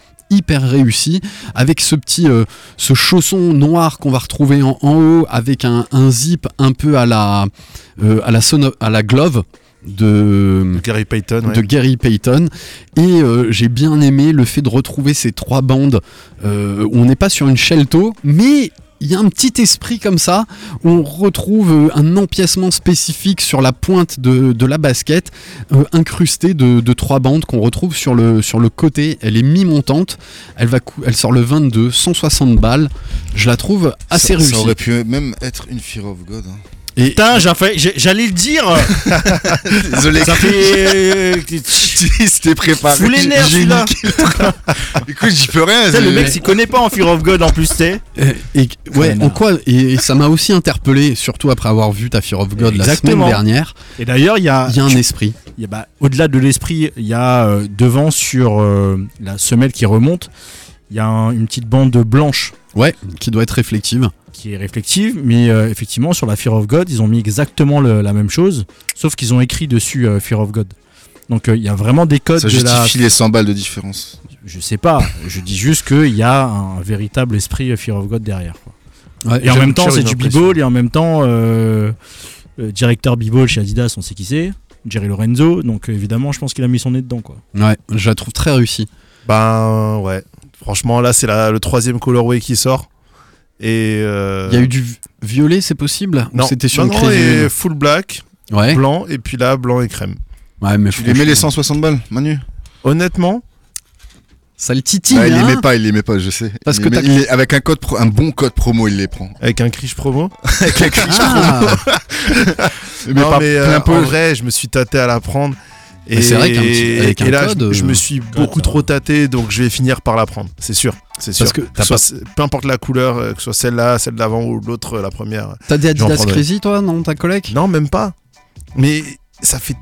avec ce petit ce chausson noir qu'on va retrouver en haut avec un zip un peu à la glove de Gary Payton, de Gary Payton, et j'ai bien aimé le fait de retrouver ces 3 bandes où on n'est pas sur une shell toe, mais il y a un petit esprit comme ça, où on retrouve un empiècement spécifique sur la pointe de la basket, incrustée de 3 bandes qu'on retrouve sur le côté. Elle est mi-montante, elle sort le 22, 160 balles. Je la trouve assez réussie. Ça aurait pu même être une Fear of God. Hein. Et putain, j'allais le dire. Désolé. Ça fait. Tu t'es préparé. Fous les nerfs, celui-là. Écoute, j'y peux rien. Le mec s'y connaît pas en Fear of God en plus, t'es. Et ça m'a aussi interpellé, surtout après avoir vu ta Fear of God la semaine dernière. Et d'ailleurs, il y a un esprit. Au-delà de l'esprit, il y a devant sur la semelle qui remonte, il y a une petite bande blanche. Ouais, qui doit être réflective. Qui est réflective, mais effectivement sur la Fear of God ils ont mis exactement la même chose, sauf qu'ils ont écrit dessus Fear of God. Donc il y a vraiment des codes. Ça justifie les 100 balles de différence. Je sais pas, je dis juste qu'il y a un véritable esprit Fear of God derrière, quoi. Ouais, et en même temps c'est du b-ball, et en même temps directeur b-ball chez Adidas, on sait qui c'est, Jerry Lorenzo, donc évidemment je pense qu'il a mis son nez dedans, quoi. Ouais, je la trouve très réussie. Ben ouais, franchement là c'est le 3e colorway qui sort. Et il y a eu du violet, c'est possible? Non, c'était sur non, et full black, blanc, et puis là blanc et crème. Ouais, mais tu les mets les 160 balles, Manu? Honnêtement, ça le titille. Il les met pas, je sais. Parce que avec un bon code promo, il les prend. Avec un criche promo. Avec un criche promo. En vrai, je me suis tâté à la prendre. Et c'est vrai qu'avec un code, je me suis beaucoup trop tâté, donc je vais finir par la prendre, c'est sûr. Parce que peu importe la couleur, que ce soit celle-là, celle d'avant ou l'autre, la première. T'as des Adidas Crazy, toi, non, ta collègue? Non, même pas. Mais ça fait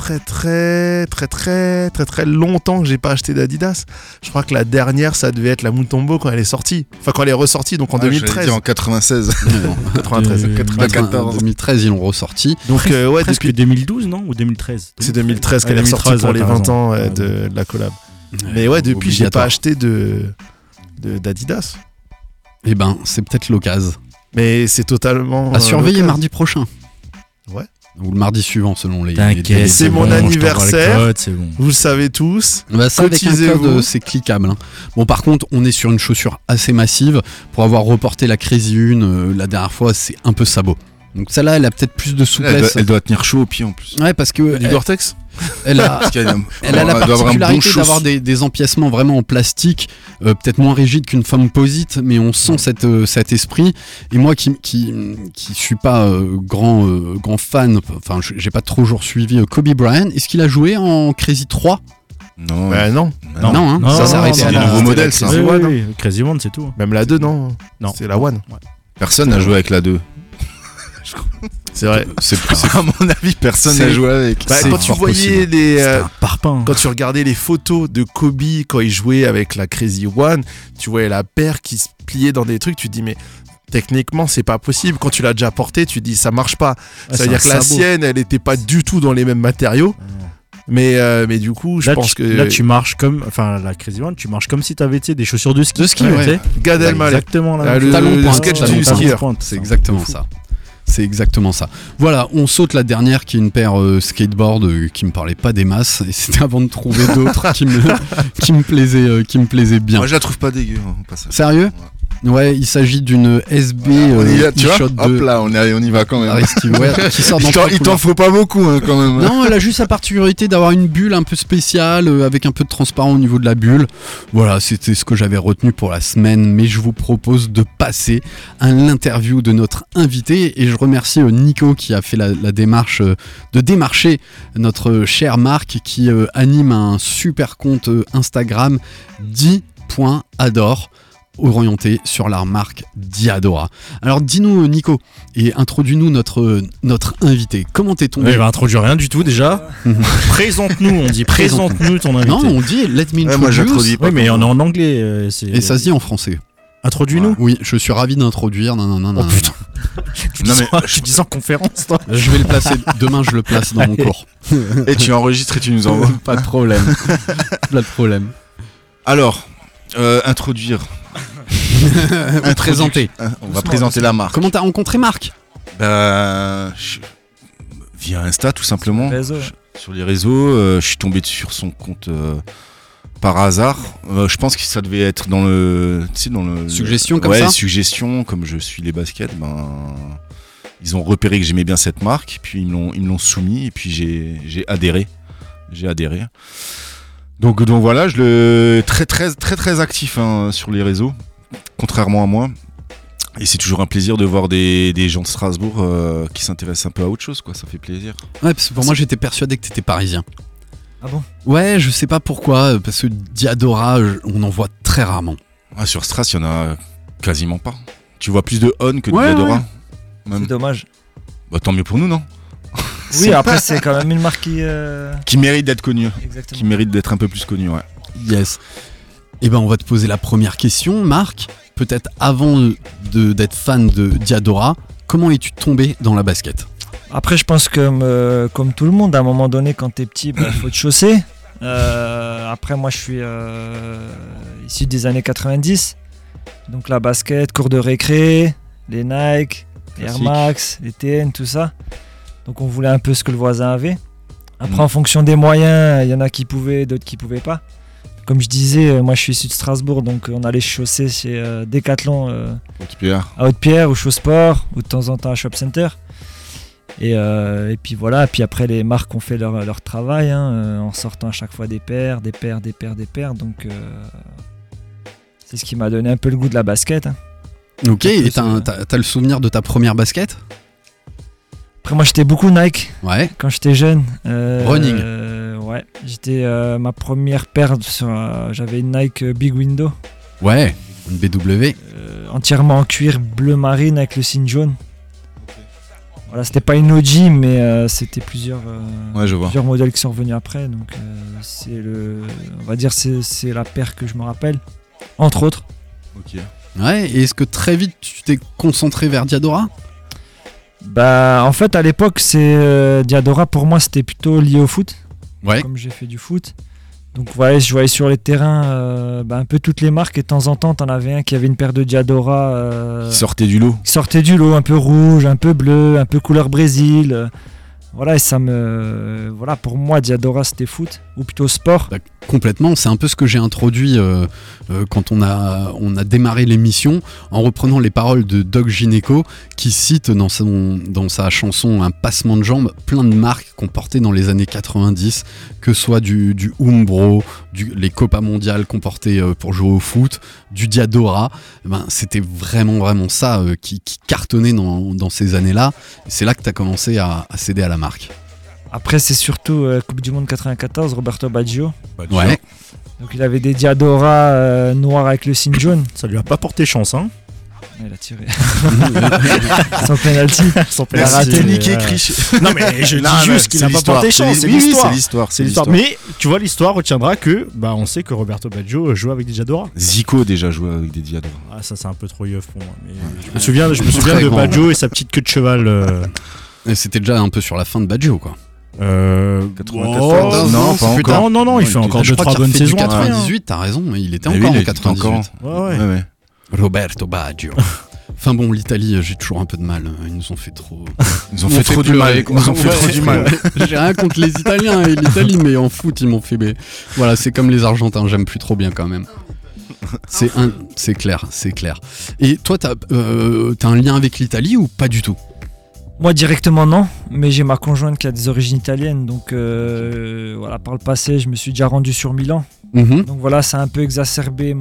très longtemps que j'ai pas acheté d'Adidas. Je crois que la dernière, ça devait être la Mutombo quand elle est sortie. Enfin, quand elle est ressortie, donc en 2013. En 96. 94. 2013, ils l'ont ressorti. Donc, presque depuis 2012, non? Ou 2013? C'est 2013 qu'elle est ressortie pour les 20 ans de la collab. Mais ouais, depuis, j'ai pas acheté d'Adidas. Eh ben, c'est peut-être l'occasion. Mais c'est totalement. À surveiller mardi prochain. Ouais. Ou le mardi suivant, selon les. T'inquiète, c'est mon anniversaire. Vous le savez tous. Bah ça, avec un code, c'est cliquable. Hein. Bon, par contre, on est sur une chaussure assez massive. Pour avoir reporté la Crazy 1 la dernière fois, c'est un peu sabot. Donc celle-là, elle a peut-être plus de souplesse. Elle doit tenir chaud au pied en plus. Ouais, parce que du Gore-Tex. Elle a la particularité d'avoir des empiècements vraiment en plastique, peut-être moins rigides qu'une Foamposite, mais on sent cet esprit. Et moi qui suis pas grand fan, enfin j'ai pas toujours suivi Kobe Bryant. Est-ce qu'il a joué en Crazy 3? Non. Non, ça s'est arrêté à la nouveau modèle, ça. Crazy One, c'est tout. Même la 2, non. C'est la One. Ouais. Personne n'a joué avec la 2. C'est vrai. À mon avis, personne n'a joué avec. Quand tu voyais quand tu regardais les photos de Kobe quand il jouait avec la Crazy One, tu voyais la paire qui se pliait dans des trucs, tu te dis mais techniquement c'est pas possible. Quand tu l'as déjà portée, tu te dis ça marche pas. Ça veut dire que la sienne, elle était pas du tout dans les mêmes matériaux. Mais du coup, je pense que là tu marches comme, enfin la Crazy One, tu marches comme si t'avais des chaussures de ski. Ouais. Gad Elmaleh. Exactement le sketch du skieur. C'est exactement ça. C'est exactement ça. Voilà, on saute la dernière qui est une paire skateboard qui me parlait pas des masses, et c'était avant de trouver d'autres qui me plaisaient bien. Moi je la trouve pas dégueu. Hein, sérieux? Ouais, il s'agit d'une SB tu vois, eShot hop 2. là, on y va quand même. Arrestive, ouais, qui sort dans trois Il t'en couleurs. faut pas beaucoup quand même. Non, elle a juste la particularité d'avoir une bulle un peu spéciale, avec un peu de transparent au niveau de la bulle. Voilà, c'était ce que j'avais retenu pour la semaine, mais je vous propose de passer à l'interview de notre invité, et je remercie Nico qui a fait la démarche de démarcher notre cher Marc qui anime un super compte Instagram 10.adore orienté sur la marque Diadora. Alors dis-nous Nico, et introduis-nous notre invité. Comment t'es tombé? Il va introduire rien du tout déjà. Présente-nous, on dit présente-nous ton invité. Non, on dit let me introduce. Moi j'introduis pas. Oui, mais on est en anglais. Et ça se dit en français. Introduis-nous. Oui, je suis ravi d'introduire. Oh putain. Tu dis en conférence, toi. Je vais le placer. Demain, je le place dans mon cours. Et tu enregistres et tu nous envoies. Pas de problème. Pas de problème. Alors, introduire. Présenter. On va présenter la marque. Comment t'as rencontré Marc? Via Insta tout simplement. Sur les réseaux, je suis tombé sur son compte par hasard. Je pense que ça devait être dans le suggestion comme ça. Ouais, suggestion. Comme je suis les baskets, ils ont repéré que j'aimais bien cette marque, puis ils me l'ont soumis, et puis j'ai adhéré. Donc voilà, très actif sur les réseaux, contrairement à moi. Et c'est toujours un plaisir de voir des gens de Strasbourg qui s'intéressent un peu à autre chose, quoi. Ça fait plaisir. Ouais, parce que pour moi, j'étais persuadé que t'étais parisien. Ah bon? Ouais, je sais pas pourquoi, parce que Diadora, on en voit très rarement. Ah, sur Stras, il y en a quasiment pas. Tu vois plus de On que de Diadora. Ouais. C'est dommage. Bah tant mieux pour nous, non? Oui, après c'est quand même une marque qui mérite d'être connue. Exactement. Qui mérite d'être un peu plus connue, ouais. Yes. Et ben on va te poser la première question, Marc. Peut-être avant d'être fan de Diadora, comment es-tu tombé dans la basket? Après, je pense que comme tout le monde, à un moment donné, quand t'es petit, faut te chausser. Après, moi, je suis issu des années 90. Donc la basket, cours de récré, les Nike, les Air Max, les TN, tout ça. Donc on voulait un peu ce que le voisin avait. Après, en fonction des moyens, il y en a qui pouvaient, d'autres qui pouvaient pas. Comme je disais, moi je suis issu de Strasbourg, donc on allait chausser chez Decathlon à Haute-Pierre ou Chausport, ou de temps en temps à Shop Center. Et puis voilà, puis après les marques ont fait leur travail, en sortant à chaque fois des paires. Donc c'est ce qui m'a donné un peu le goût de la basket. Ok, et t'as le souvenir de ta première basket? Après moi j'étais beaucoup Nike quand j'étais jeune. Running. Ouais, j'étais ma première paire, j'avais une Nike Big Window. Ouais, une BW. Entièrement en cuir bleu marine avec le signe jaune. Voilà, c'était pas une OG, mais c'était plusieurs modèles qui sont revenus après. Donc on va dire c'est la paire que je me rappelle, entre autres. Ok. Ouais, et est-ce que très vite tu t'es concentré vers Diadora? Bah en fait à l'époque Diadora pour moi c'était plutôt lié au foot. Ouais. Comme j'ai fait du foot. Donc ouais, je voyais sur les terrains un peu toutes les marques, et de temps en temps t'en avais un qui avait une paire de Diadora qui sortait du lot. Un peu rouge, un peu bleu, un peu couleur Brésil. Voilà, et voilà, pour moi Diadora c'était foot, ou plutôt sport. Bah, complètement, c'est un peu ce que j'ai introduit quand on a démarré l'émission, en reprenant les paroles de Doc Gineco, qui cite dans sa chanson Un passement de jambes plein de marques qu'on portait dans les années 90, que ce soit du Umbro, les Copa Mondiales qu'on portait pour jouer au foot, du Diadora. C'était vraiment ça qui cartonnait dans ces années-là. C'est là que tu as commencé à céder à la marque. Après c'est surtout Coupe du Monde 94, Roberto Baggio. Ouais. Donc il avait des Diadora noirs avec le signe jaune. Ça lui a pas porté chance, hein. Il a tiré. Sans penalty. Il a raté. Niqué, Non mais je dis juste qu'il n'a pas porté chance. C'est l'histoire. Mais tu vois, l'histoire retiendra que on sait que Roberto Baggio joue avec des Diadora. Zico déjà joué avec des Diadora. Ah ça c'est un peu trop yeuf pour moi. Mais je me souviens de Baggio et sa petite queue de cheval. Et c'était déjà un peu sur la fin de Baggio, quoi. 94, non, il fait encore 2-3 bonnes saisons. 98, t'as raison, mais il était encore en 98. Ouais. Roberto Baggio. Enfin bon, l'Italie, j'ai toujours un peu de mal. Ils nous ont fait trop. Ils ont fait trop du mal. J'ai rien contre les Italiens et l'Italie, mais en foot, ils m'ont fait. Voilà, c'est comme les Argentins, j'aime plus trop bien quand même. C'est clair. Et toi, t'as un lien avec l'Italie ou pas du tout? Moi directement non, mais j'ai ma conjointe qui a des origines italiennes, donc voilà, par le passé je me suis déjà rendu sur Milan. Donc voilà, ça a un peu exacerbé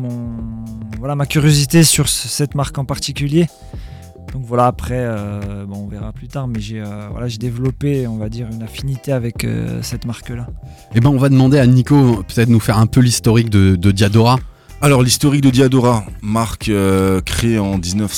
ma curiosité sur cette marque en particulier. Donc voilà, après, on verra plus tard, mais j'ai développé, on va dire, une affinité avec cette marque-là. Eh ben, on va demander à Nico peut-être nous faire un peu l'historique de Diadora. Alors, l'historique de Diadora, marque créée en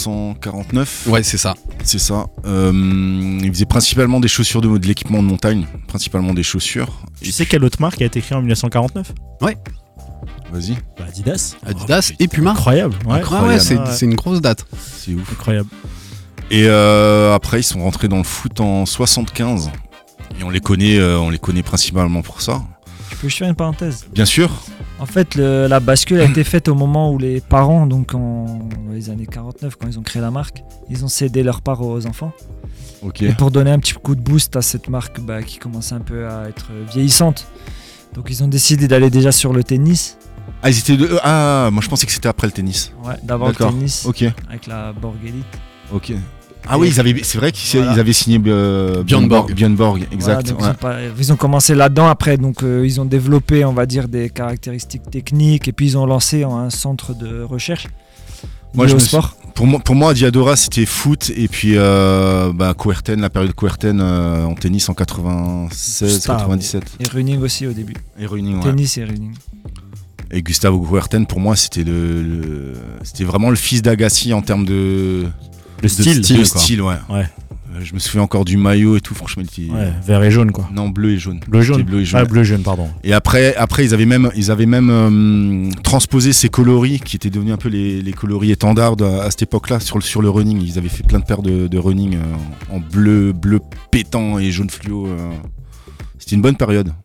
1949. Ouais, c'est ça. C'est ça. Ils faisaient principalement des chaussures de l'équipement de montagne, principalement des chaussures. Tu sais quelle autre marque a été créée en 1949 ? Ouais. Vas-y. Adidas. Et Puma. Incroyable. Ouais. C'est une grosse date. C'est ouf. Incroyable. Et après, ils sont rentrés dans le foot en 75. Et on les connaît principalement pour ça. Je peux juste faire une parenthèse? Bien sûr. En fait, la bascule a été faite au moment où les parents, donc dans les années 49, quand ils ont créé la marque, ils ont cédé leur part aux enfants. Ok. Et pour donner un petit coup de boost à cette marque qui commençait un peu à être vieillissante. Donc ils ont décidé d'aller déjà sur le tennis. Ah, ils étaient moi je pensais que c'était après le tennis. Ouais, d'abord le tennis. Ok. Avec la Borg Elite. Ok. Ah oui, c'est vrai qu'ils avaient signé Björn Borg, exact. Voilà, donc ils ont commencé là-dedans, après donc ils ont développé, on va dire, des caractéristiques techniques, et puis ils ont lancé un centre de recherche au sport. Pour moi, Diadora c'était foot, et puis Kuerten, la période Kuerten en tennis en 96, 97. Et running aussi au début. Et running, tennis et running. Et Gustavo Kuerten, pour moi, c'était c'était vraiment le fils d'Agassi en termes de style, ouais. Je me souviens encore du maillot et tout, franchement. Vert et jaune, quoi. Non, bleu et jaune. Bleu et jaune, pardon. Et après ils avaient même transposé ces coloris qui étaient devenus un peu les coloris étendards à cette époque-là sur le running. Ils avaient fait plein de paires de running en bleu pétant et jaune fluo. C'était une bonne période.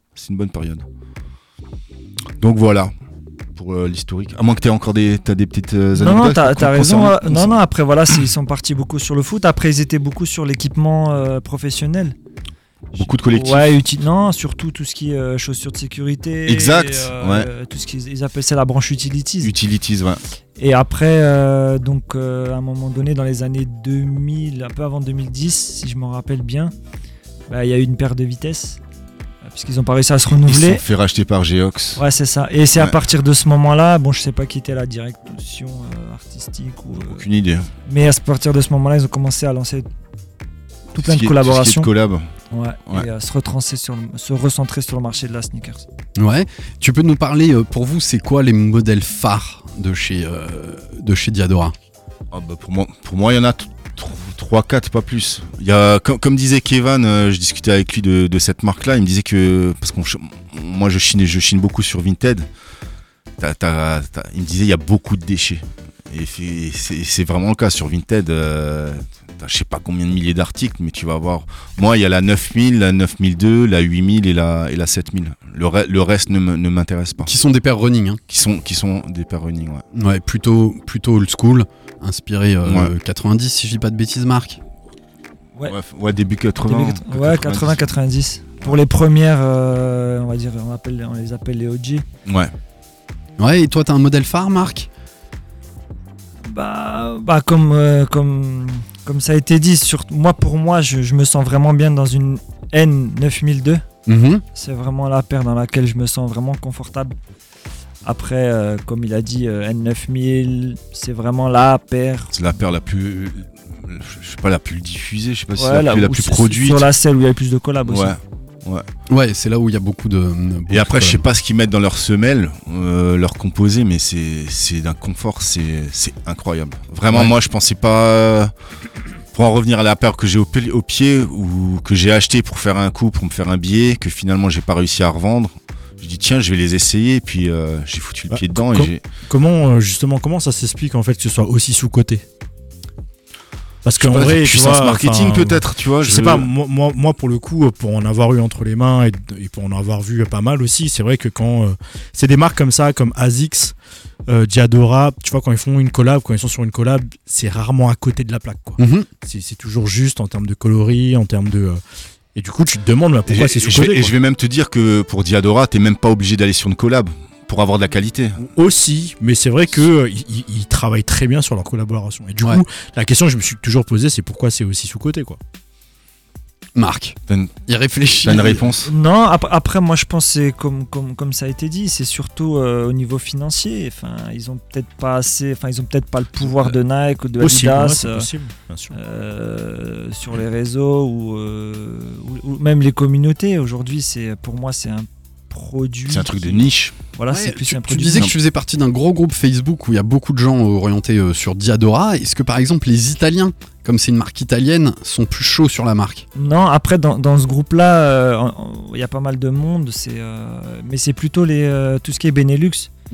Donc voilà. Pour l'historique. À moins que t'as des petites anecdotes. Non, t'as raison. Non, après voilà, ils sont partis beaucoup sur le foot. Après, ils étaient beaucoup sur l'équipement professionnel. Beaucoup de collectifs. Ouais, surtout tout ce qui est chaussures de sécurité. Exact. Tout ce qu'ils appellent ça la branche utilities. Utilities, ouais. Et après, à un moment donné, dans les années 2000, un peu avant 2010, si je m'en rappelle bien, il y a eu une perte de vitesse. Puisqu'ils n'ont pas réussi à se renouveler. Ils se sont fait racheter par Geox. Ouais, c'est ça. Et c'est à partir de ce moment-là, je sais pas qui était la direction artistique ou. Aucune idée. Mais à partir de ce moment-là, ils ont commencé à lancer tout plein de collaborations. Tout ce qui est de collab. Ouais. Et à se recentrer sur le marché de la sneakers. Ouais. Tu peux nous parler, pour vous, c'est quoi les modèles phares de chez Diadora? Pour moi, il y en a 3-4, pas plus. Il y a, comme disait Kevin, je discutais avec lui de cette marque-là. Il me disait que, parce que moi je chine beaucoup sur Vinted, il me disait il y a beaucoup de déchets. Et c'est vraiment le cas sur Vinted. Je sais pas combien de milliers d'articles, mais tu vas voir. Moi, il y a la 9000, la 9002, la 8000 et la 7000. Le reste ne m'intéresse pas. Qui sont des paires running, hein. Qui sont des paires running, ouais. Ouais, plutôt old school, inspiré 90, si je dis pas de bêtises, Marc. Ouais, début 80. 80-90. Pour les premières, on va dire, on les appelle les OG. Ouais. Ouais, et toi, t'as un modèle phare, Marc? Comme ça a été dit, pour moi, je me sens vraiment bien dans une N9002. C'est vraiment la paire dans laquelle je me sens vraiment confortable. Après, comme il a dit, N9000, c'est vraiment la paire. C'est la paire la plus, je sais pas, la plus diffusée, je sais pas si c'est la plus produite. Sur la selle où il y a le plus de collabs aussi. Ouais, c'est là où il y a beaucoup de. Et après, je sais pas ce qu'ils mettent dans leurs semelles, leurs composés, mais c'est d'un confort, c'est incroyable. Vraiment, moi, je pensais pas. Pour en revenir à la paire que j'ai au pied ou que j'ai acheté pour faire un coup, pour me faire un billet, que finalement j'ai pas réussi à revendre. Je dis tiens, je vais les essayer, et puis j'ai foutu le pied dedans. Comment ça s'explique en fait que ce soit aussi sous-coté? Parce qu'en vrai, puissance marketing peut-être, tu vois. Je sais pas, moi pour le coup, pour en avoir eu entre les mains et pour en avoir vu pas mal aussi, c'est vrai que quand c'est des marques comme ça, comme ASICS, Diadora, tu vois, quand ils font une collab, quand ils sont sur une collab, c'est rarement à côté de la plaque, quoi. C'est toujours juste en termes de coloris, en termes de. Et du coup, tu te demandes pourquoi c'est sous-côté. Et je vais même te dire que pour Diadora, t'es même pas obligé d'aller sur une collab. pour avoir de la qualité. Aussi, mais c'est vrai qu'ils travaillent très bien sur leur collaboration. Et du coup, la question que je me suis toujours posée, c'est pourquoi c'est aussi sous-coté, quoi. Marc, il réfléchit. T'as une réponse? Non, après moi je pense que c'est comme ça a été dit, c'est surtout au niveau financier. Enfin, ils ont peut-être pas le pouvoir de Nike ou de Adidas c'est possible, bien sûr. sur les réseaux ou même les communautés. Aujourd'hui, pour moi c'est un produit. C'est un truc de niche. Voilà, Ouais, c'est plus un tu produit. disais que tu faisais partie d'un gros groupe Facebook où il y a beaucoup de gens orientés sur Diadora. Est-ce que par exemple les Italiens, comme c'est une marque italienne, sont plus chauds sur la marque? Non, après dans ce groupe-là, il y a pas mal de monde, mais c'est plutôt tout ce qui est Benelux,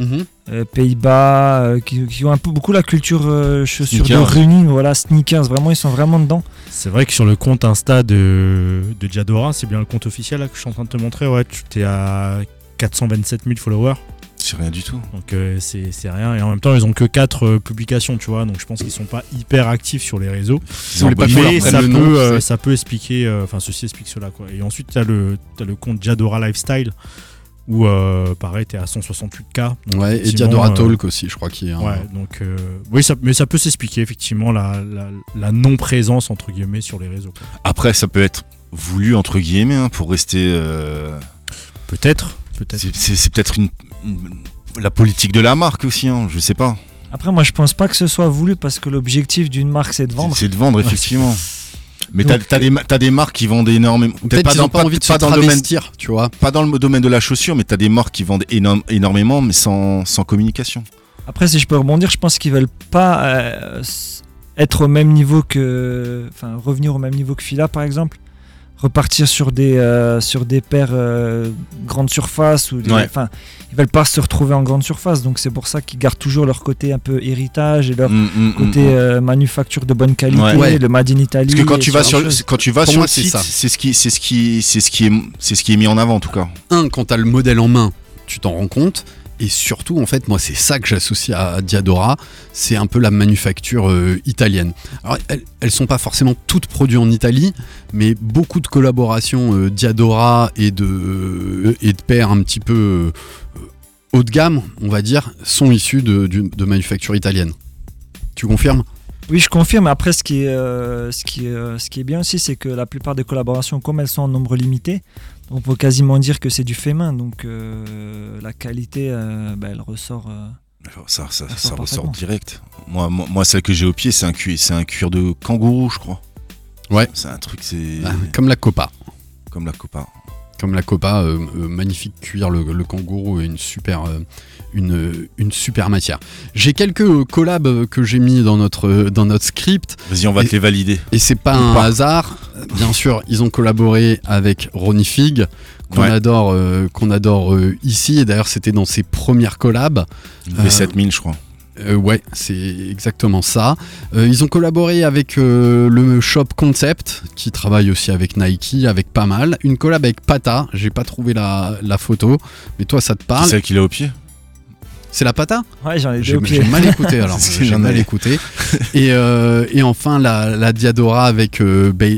Pays-Bas, qui ont un peu beaucoup la culture chaussures de running, voilà, sneakers, vraiment ils sont vraiment dedans. C'est vrai que sur le compte Insta de Diadora, c'est bien le compte officiel là, que je suis en train de te montrer, ouais, tu t'es à 427 000 followers. C'est rien du tout. Donc c'est rien, et en même temps ils ont que 4 publications, tu vois, donc je pense qu'ils sont pas hyper actifs sur les réseaux. Mais ça peut expliquer, ceci explique cela, quoi. Et ensuite t'as le compte Diadora Lifestyle où pareil t'es à 168K. Ouais, et Diadora Talk aussi, je crois qu'il y a. Ouais, donc oui, mais ça peut s'expliquer effectivement la non-présence entre guillemets sur les réseaux. Après, ça peut être voulu entre guillemets pour rester. Peut-être. C'est peut-être la politique de la marque aussi, je sais pas. Après, moi je pense pas que ce soit voulu parce que l'objectif d'une marque c'est de vendre. C'est de vendre, effectivement. Mais t'as des marques qui vendent énormément. Peut-être qu'ils n'ont pas envie de se travestir, tu vois. Pas dans le domaine de la chaussure, mais t'as des marques qui vendent énormément, mais sans communication. Après, si je peux rebondir, je pense qu'ils veulent pas être au même niveau que, revenir au même niveau que Fila par exemple. Repartir sur des paires grande surface ou ils veulent pas se retrouver en grande surface, donc c'est pour ça qu'ils gardent toujours leur côté un peu héritage et leur côté manufacture de bonne qualité, le Made in Italy. Parce que quand tu vas sur le site, c'est ce qui est mis en avant en tout cas. Quand t'as le modèle en main, tu t'en rends compte. Et surtout, en fait, moi, c'est ça que j'associe à Diadora, c'est un peu la manufacture italienne. Alors, elles sont pas forcément toutes produites en Italie, mais beaucoup de collaborations Diadora et de paires un petit peu haut de gamme, on va dire, sont issues de manufacture italienne. Tu confirmes ? Oui, je confirme. Après, ce qui est bien aussi, c'est que la plupart des collaborations, comme elles sont en nombre limité, on peut quasiment dire que c'est du fait main. Donc la qualité, elle ressort. Ça ressort direct. Moi, celle que j'ai au pied, c'est un cuir de kangourou, je crois. Ouais. C'est un truc, comme la Copa. Comme la Copa. Comme la Copa, magnifique cuir, le kangourou, une super matière. J'ai quelques collabs que j'ai mis dans notre script. Vas-y, on va te les valider. Et c'est pas un hasard. Bien sûr, ils ont collaboré avec Ronnie Fig, qu'on adore ici. Et d'ailleurs, c'était dans ses premières collabs. Il fait 7000, je crois. Ouais, c'est exactement ça. Ils ont collaboré avec le shop Concept, qui travaille aussi avec Nike, avec pas mal. Une collab avec Pata, j'ai pas trouvé la photo, mais toi ça te parle. C'est celle qu'il a au pied. C'est la Pata ? Ouais, j'en ai deux au pied. J'ai mal écouté alors. J'ai mal écouté. Et enfin la Diadora avec Bait.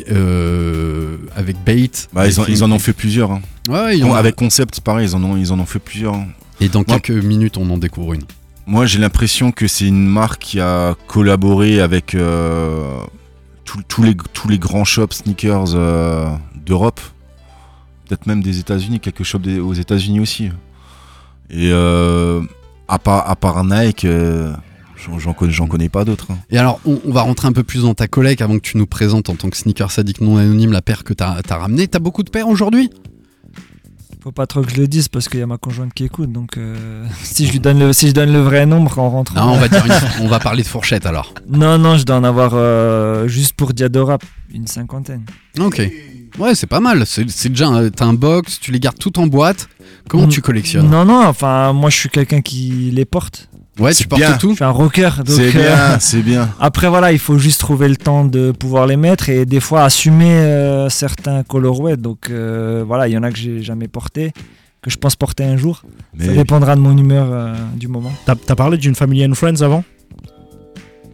Bah, ils en ont fait plusieurs. Hein. Ouais, avec Concept, pareil, ils en ont fait plusieurs. Hein. Et dans quelques minutes, on en découvre une. Moi, j'ai l'impression que c'est une marque qui a collaboré avec tous les grands shops sneakers d'Europe, peut-être même des États-Unis, quelques shops aux États-Unis aussi. Et à part Nike, j'en connais pas d'autres. Hein. Et alors, on va rentrer un peu plus dans ta collecte avant que tu nous présentes en tant que sneaker sadique non anonyme la paire que t'as ramenée. T'as beaucoup de paires aujourd'hui ? Faut pas trop que je le dise parce qu'il y a ma conjointe qui écoute, donc si je donne le vrai nombre en rentrant. Non, on va parler de fourchette alors. Non, je dois en avoir juste pour Diadora une 50aine. Ok. Ouais, c'est pas mal. C'est déjà t'as un box, tu les gardes toutes en boîte. Comment tu collectionnes ? Non, enfin moi je suis quelqu'un qui les porte. Ouais, tu portes tout. Je suis un rocker. Donc, c'est bien. Après voilà, il faut juste trouver le temps de pouvoir les mettre et des fois assumer certains colorways. Donc voilà, il y en a que j'ai jamais porté, que je pense porter un jour. Ça dépendra de mon humeur du moment. T'as parlé d'une Family and Friends avant ?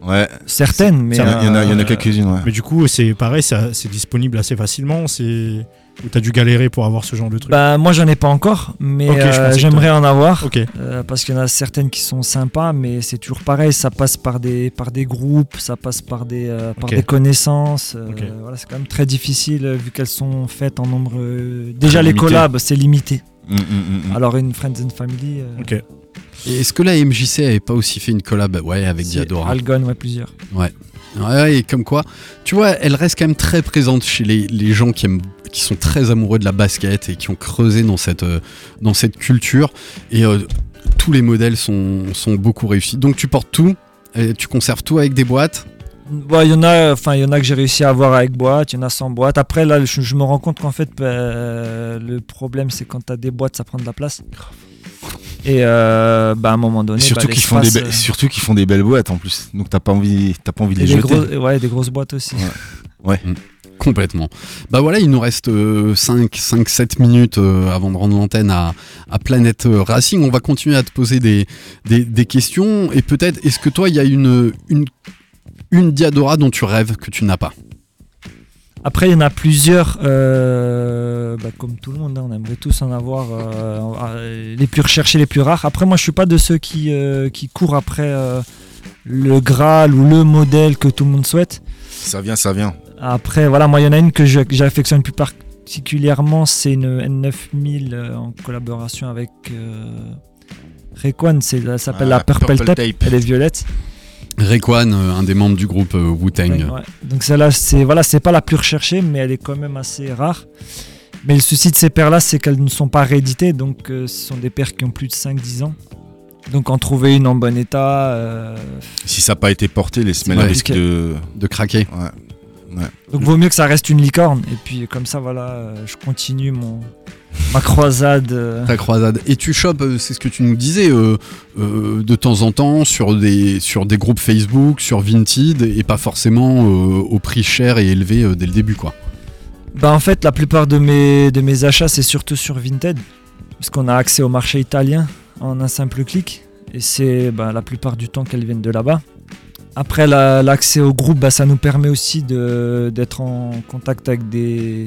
Ouais. Certaines, mais. Il y en a quelques-unes, ouais. Mais du coup, c'est pareil, c'est disponible assez facilement. Ou t'as dû galérer pour avoir ce genre de truc? Bah, moi, j'en ai pas encore, mais j'aimerais en avoir. Parce qu'il y en a certaines qui sont sympas, mais c'est toujours pareil. Ça passe par des groupes, ça passe par des connaissances. Voilà, c'est quand même très difficile vu qu'elles sont faites en nombre. Déjà, les collabs, c'est limité. Alors, une Friends and Family. Et est-ce que la MJC avait pas aussi fait une collab avec Diadora? Algon, plusieurs. Ouais, et comme quoi, tu vois, elle reste quand même très présente chez les gens qui sont très amoureux de la basket et qui ont creusé dans cette culture. Et tous les modèles sont beaucoup réussis. Donc tu portes tout, tu conserves tout avec des boîtes. Il y en a que j'ai réussi à avoir avec boîte, il y en a sans boîte. Après, là, je me rends compte qu'en fait, le problème, c'est quand tu as des boîtes, ça prend de la place. Et à un moment donné, surtout qu'ils font des belles boîtes en plus. Donc t'as pas envie de les jeter. Des grosses boîtes aussi. Ouais. Complètement. Bah voilà, il nous reste 5-7 minutes avant de rendre l'antenne à Planète Racing. On va continuer à te poser des questions. Et peut-être, est-ce que toi, il y a une Diadora dont tu rêves que tu n'as pas? Après, il y en a plusieurs, comme tout le monde, on aimerait tous en avoir les plus recherchés, les plus rares. Après, moi, je suis pas de ceux qui courent après le Graal ou le modèle que tout le monde souhaite. Ça vient. Après, voilà, moi, il y en a une que j'affectionne plus particulièrement, c'est une N9000 en collaboration avec Rayquan, elle s'appelle la Purple Tape, elle est violette. Rayquan, un des membres du groupe Wu-Tang. Ouais. Donc celle-là, c'est pas la plus recherchée, mais elle est quand même assez rare. Mais le souci de ces paires-là, c'est qu'elles ne sont pas rééditées, donc ce sont des paires qui ont plus de 5-10 ans. Donc en trouver une en bon état... Si ça n'a pas été porté, les semelles risquent de craquer. Ouais. Donc vaut mieux que ça reste une licorne. Et puis comme ça, voilà, je continue ma croisade. Ta croisade. Et tu chopes, c'est ce que tu nous disais, de temps en temps sur des groupes Facebook, sur Vinted, et pas forcément au prix cher et élevé dès le début, quoi. En fait, la plupart de mes achats, c'est surtout sur Vinted, parce qu'on a accès au marché italien en un simple clic. Et c'est la plupart du temps qu'elles viennent de là-bas. Après, l'accès au groupe, ça nous permet aussi d'être en contact avec des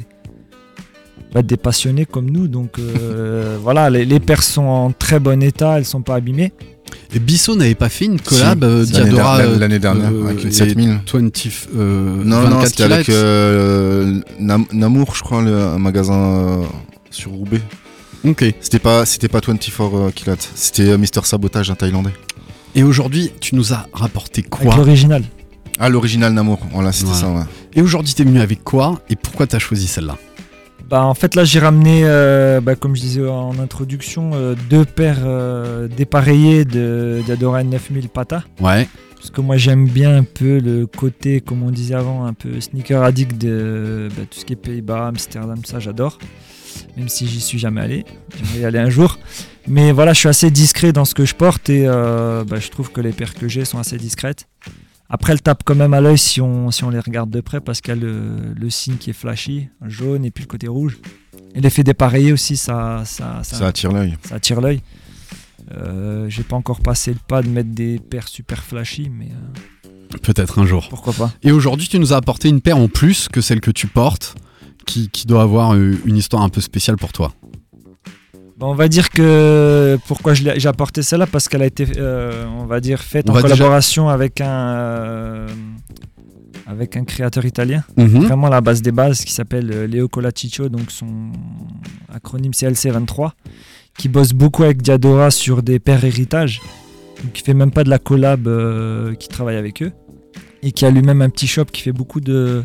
passionnés comme nous. Donc voilà, les paires sont en très bon état, elles sont pas abîmées. Et Bissot n'avait pas fait une collab Diadora l'année dernière avec une 7000 Non, c'était avec Namour, je crois, un magasin sur Roubaix. Ok. C'était pas 24 Kilat, c'était Mister Sabotage, un Thaïlandais. Et aujourd'hui, tu nous as rapporté quoi? Avec l'original. Ah, l'original Namour, voilà, c'était ça, ouais. Et aujourd'hui, t'es venu avec quoi? Et pourquoi t'as choisi celle-là? En fait, là, j'ai ramené, comme je disais en introduction, 2 paires dépareillées de Diadora N9000 Pata. Ouais. Parce que moi, j'aime bien un peu le côté, comme on disait avant, un peu sneaker addict de tout ce qui est Pays-Bas, Amsterdam, ça, j'adore. Même si j'y suis jamais allé. J'aimerais y aller un jour. Mais voilà, je suis assez discret dans ce que je porte et je trouve que les paires que j'ai sont assez discrètes. Après, elles tapent quand même à l'œil si on les regarde de près parce qu'il y a le signe qui est flashy, jaune, et puis le côté rouge. Et l'effet dépareillé aussi, ça attire l'œil. Ça attire l'œil. J'ai pas encore passé le pas de mettre des paires super flashy, mais... peut-être un jour. Pourquoi pas. Et aujourd'hui, tu nous as apporté une paire en plus que celle que tu portes, qui doit avoir une histoire un peu spéciale pour toi. On va dire que pourquoi j'ai apporté celle-là, parce qu'elle a été faite en collaboration avec un créateur italien, vraiment la base des bases, qui s'appelle Leo Colaciccio, donc son acronyme c'est LC23, qui bosse beaucoup avec Diadora sur des paires héritage, donc qui fait même pas de la collab, qui travaille avec eux, et qui a lui-même un petit shop qui fait beaucoup de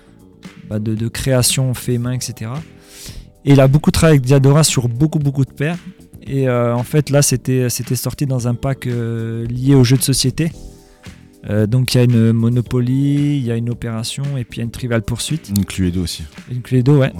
création fait main, etc. Et il a beaucoup travaillé avec Diadora sur beaucoup de paires. Et en fait, là, c'était sorti dans un pack lié aux jeux de société. Donc, il y a une Monopoly, il y a une Opération, et puis il y a une Trivial Pursuit. Une Cluedo aussi. Une Cluedo, ouais.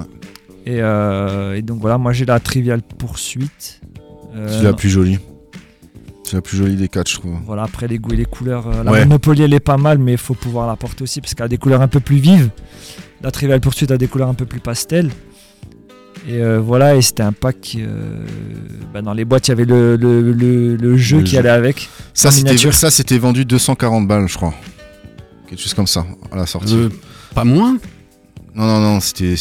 Et donc, voilà, moi, j'ai la Trivial Pursuit. C'est la plus jolie. C'est la plus jolie des 4, je trouve. Voilà, après, les goûts et les couleurs. La Monopoly, elle est pas mal, mais il faut pouvoir la porter aussi, parce qu'elle a des couleurs un peu plus vives. La Trivial Pursuit a des couleurs un peu plus pastel. Et voilà, et c'était un pack. Dans les boîtes, il y avait le jeu qui allait avec. Ça, c'était vendu 240 balles, je crois. quelque chose comme ça à la sortie. Pas moins. Non,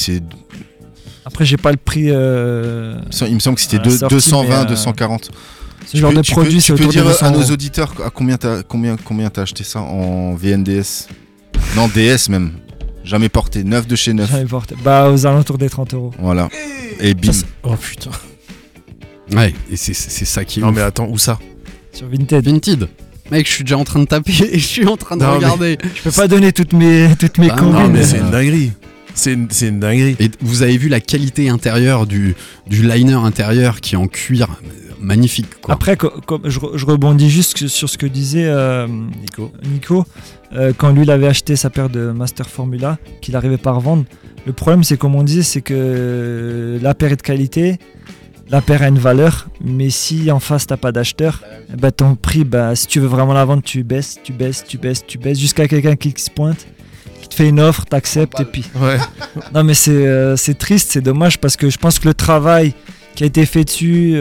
Après, j'ai pas le prix. il me semble que c'était à la sortie, 220, mais, 240. Ce genre de produit, c'est tu peux autour de dire 200 à nos euros. auditeurs à combien t'as acheté ça en VNDS? Non, DS même. Jamais porté, neuf de chez neuf. J'en ai porté. Bah, aux alentours des 30 euros. Voilà. Et bim. Oh putain. Ouais, et c'est ça qui est Non ouf. mais attends, où ça? Sur Vinted. Vinted. Mec, je suis déjà en train de taper et je suis en train de Non, mais- regarder. Je peux pas donner toutes mes Bah, combines. Non mais c'est une dinguerie. C'est une dinguerie. Et vous avez vu la qualité intérieure du liner intérieur qui est en cuir, magnifique quoi. Après, je rebondis juste sur ce que disait Nico. Quand lui, il avait acheté sa paire de Master Formula, qu'il n'arrivait pas à revendre. Le problème, c'est comme on disait, c'est que la paire est de qualité, la paire a une valeur, mais si en face, t'as pas d'acheteur, bah, ton prix, bah, si tu veux vraiment la vendre, tu baisses, jusqu'à quelqu'un qui se pointe, qui te fait une offre, t'acceptes, et puis... Ouais. Non, mais c'est triste, c'est dommage, parce que je pense que le travail qui a été fait dessus...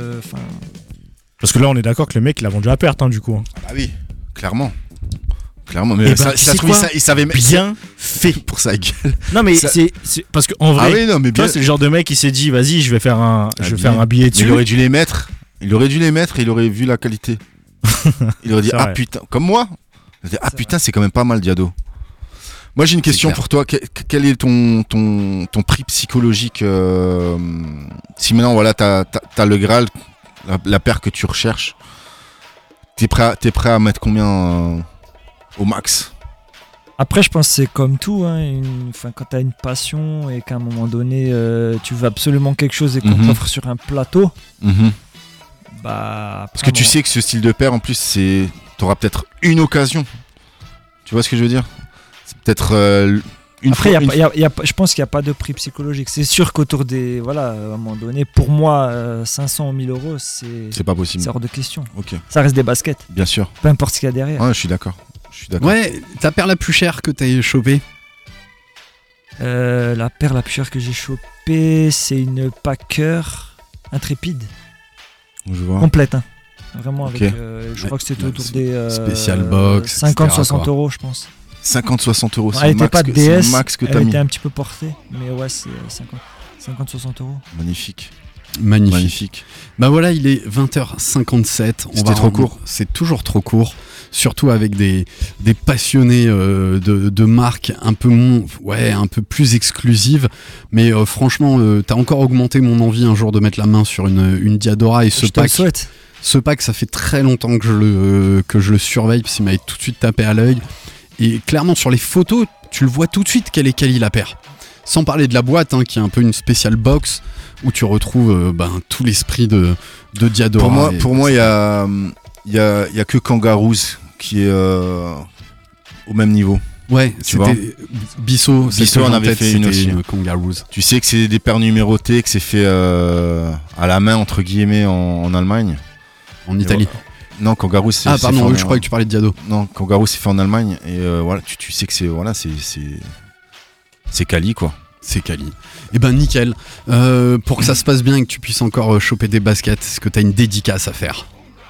Parce que là, on est d'accord que le mec, il a vendu à perte, hein, du coup. Ah oui, clairement. Mais Eh ça, ben, tu ça sais trouve, quoi il savait Bien fait. pour sa gueule. Non, mais Ça- c'est parce qu'en vrai, Ah oui, non, mais tu vois, bien. c'est le genre de mec qui s'est dit, vas-y, je vais faire un billet Mais dessus. il aurait dû les mettre. Il aurait dû les mettre et il aurait vu la qualité. Il aurait dit C'est ah vrai. putain, comme moi. Il aurait dit, ah putain, c'est quand même pas mal Diado. Moi j'ai une question clair. pour toi. Quel est ton prix psychologique si maintenant voilà t'as le Graal, la paire que tu recherches, t'es prêt à mettre combien au max? Après, je pense que c'est comme tout. Quand tu as une passion et qu'à un moment donné, tu veux absolument quelque chose et qu'on Mhm. t'offre sur un plateau, Mhm. bah. Parce que tu sais que ce style de paire, en plus, t'auras peut-être une occasion. Tu vois ce que je veux dire? C'est peut-être une Après, fois. je pense qu'il n'y a pas de prix psychologique. C'est sûr qu'autour des. Voilà, à un moment donné, pour moi, 500 ou 1000 euros, C'est pas possible. c'est hors de question. Ok, Ça reste des baskets, bien sûr. peu importe ce qu'il y a derrière. Ouais, je suis d'accord. Ouais, ta paire la plus chère que t'as chopée. La paire la plus chère que j'ai chopée, c'est une Packer Intrépide, Je vois. complète. Vraiment, avec, Ok. je crois que c'était Ouais, autour des. spécial box, 50-60 etc., euros, je pense. 50-60 euros, Elle c'est le était max pas de que- c'est le DS, max que elle t'as mis. était un petit peu portée, mais ouais, c'est 50-60 euros. Magnifique. Magnifique. Bah voilà, il est 20h57. C'était trop court. C'est toujours trop court. Surtout avec des passionnés de marques un peu plus exclusives. Mais franchement, t'as encore augmenté mon envie un jour de mettre la main sur une Diadora et ce Je te le pack. souhaite. Ce pack, ça fait très longtemps que je le surveille parce qu'il m'avait tout de suite tapé à l'œil. Et clairement, sur les photos, tu le vois tout de suite quelle est quali la paire. Sans parler de la boîte, hein, qui est un peu une spéciale box où tu retrouves tout l'esprit de Diadora. Pour moi, il y a que Kangaroos qui est au même niveau. Ouais, tu vois. Bissot en avait fait une aussi. Kangaroos. Tu sais que c'est des paires numérotées, que c'est fait à la main entre guillemets en Allemagne. En Italie. Non, Kangaroos c'est. Ah c'est fait pardon, en- je croyais que tu parlais de Diado. Non, Kangaroos c'est fait en Allemagne et voilà, tu sais que c'est quali quoi. C'est quali. Et ben nickel. Pour que ça se passe bien et que tu puisses encore choper des baskets, est-ce que t'as une dédicace à faire?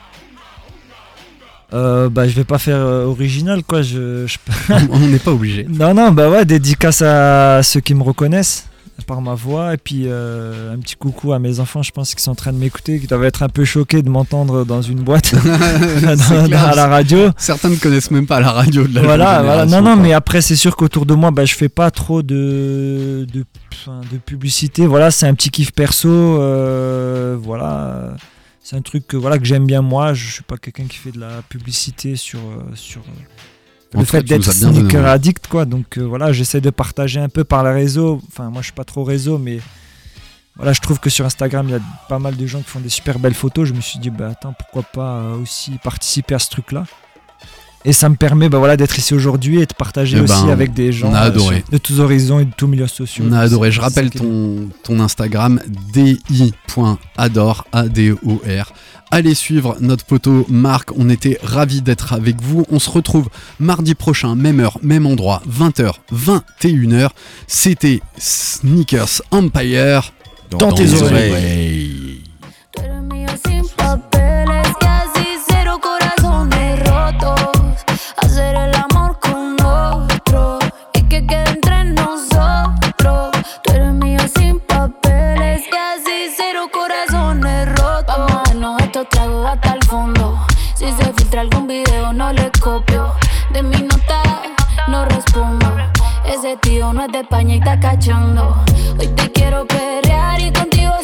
Je vais pas faire original, quoi. On n'est pas obligé. Non, bah ouais, dédicace à ceux qui me reconnaissent par ma voix, et puis un petit coucou à mes enfants, je pense, qui sont en train de m'écouter, qui doivent être un peu choqués de m'entendre dans une boîte à la radio. Certains ne connaissent même pas la radio de la Voilà. génération, Non, quoi. mais après, c'est sûr qu'autour de moi, je fais pas trop de publicité. Voilà, c'est un petit kiff perso. Voilà. C'est un truc que j'aime bien moi. Je suis pas quelqu'un qui fait de la publicité sur En le tout cas, fait tu nous d'être as bien donné sneaker envie. addict, quoi. Donc voilà, j'essaie de partager un peu par les réseaux. Enfin, moi je suis pas trop réseau, mais voilà, je trouve que sur Instagram il y a pas mal de gens qui font des super belles photos. Je me suis dit attends, pourquoi pas aussi participer à ce truc là. Et ça me permet d'être ici aujourd'hui et de partager aussi avec des gens on a adoré. de tous horizons et de tous milieux sociaux. On a adoré. Je C'est rappelle ça qui est ton Instagram, di.ador, ADOR. Allez suivre notre poteau Marc. On était ravis d'être avec vous. On se retrouve mardi prochain, même heure, même endroit, 20h, 21h. C'était Sneakers Empire dans tes oreilles. Tú eres mío sin papeles y así cero corazones rotos. Hacer el amor con ese tío no es de España y está cachando.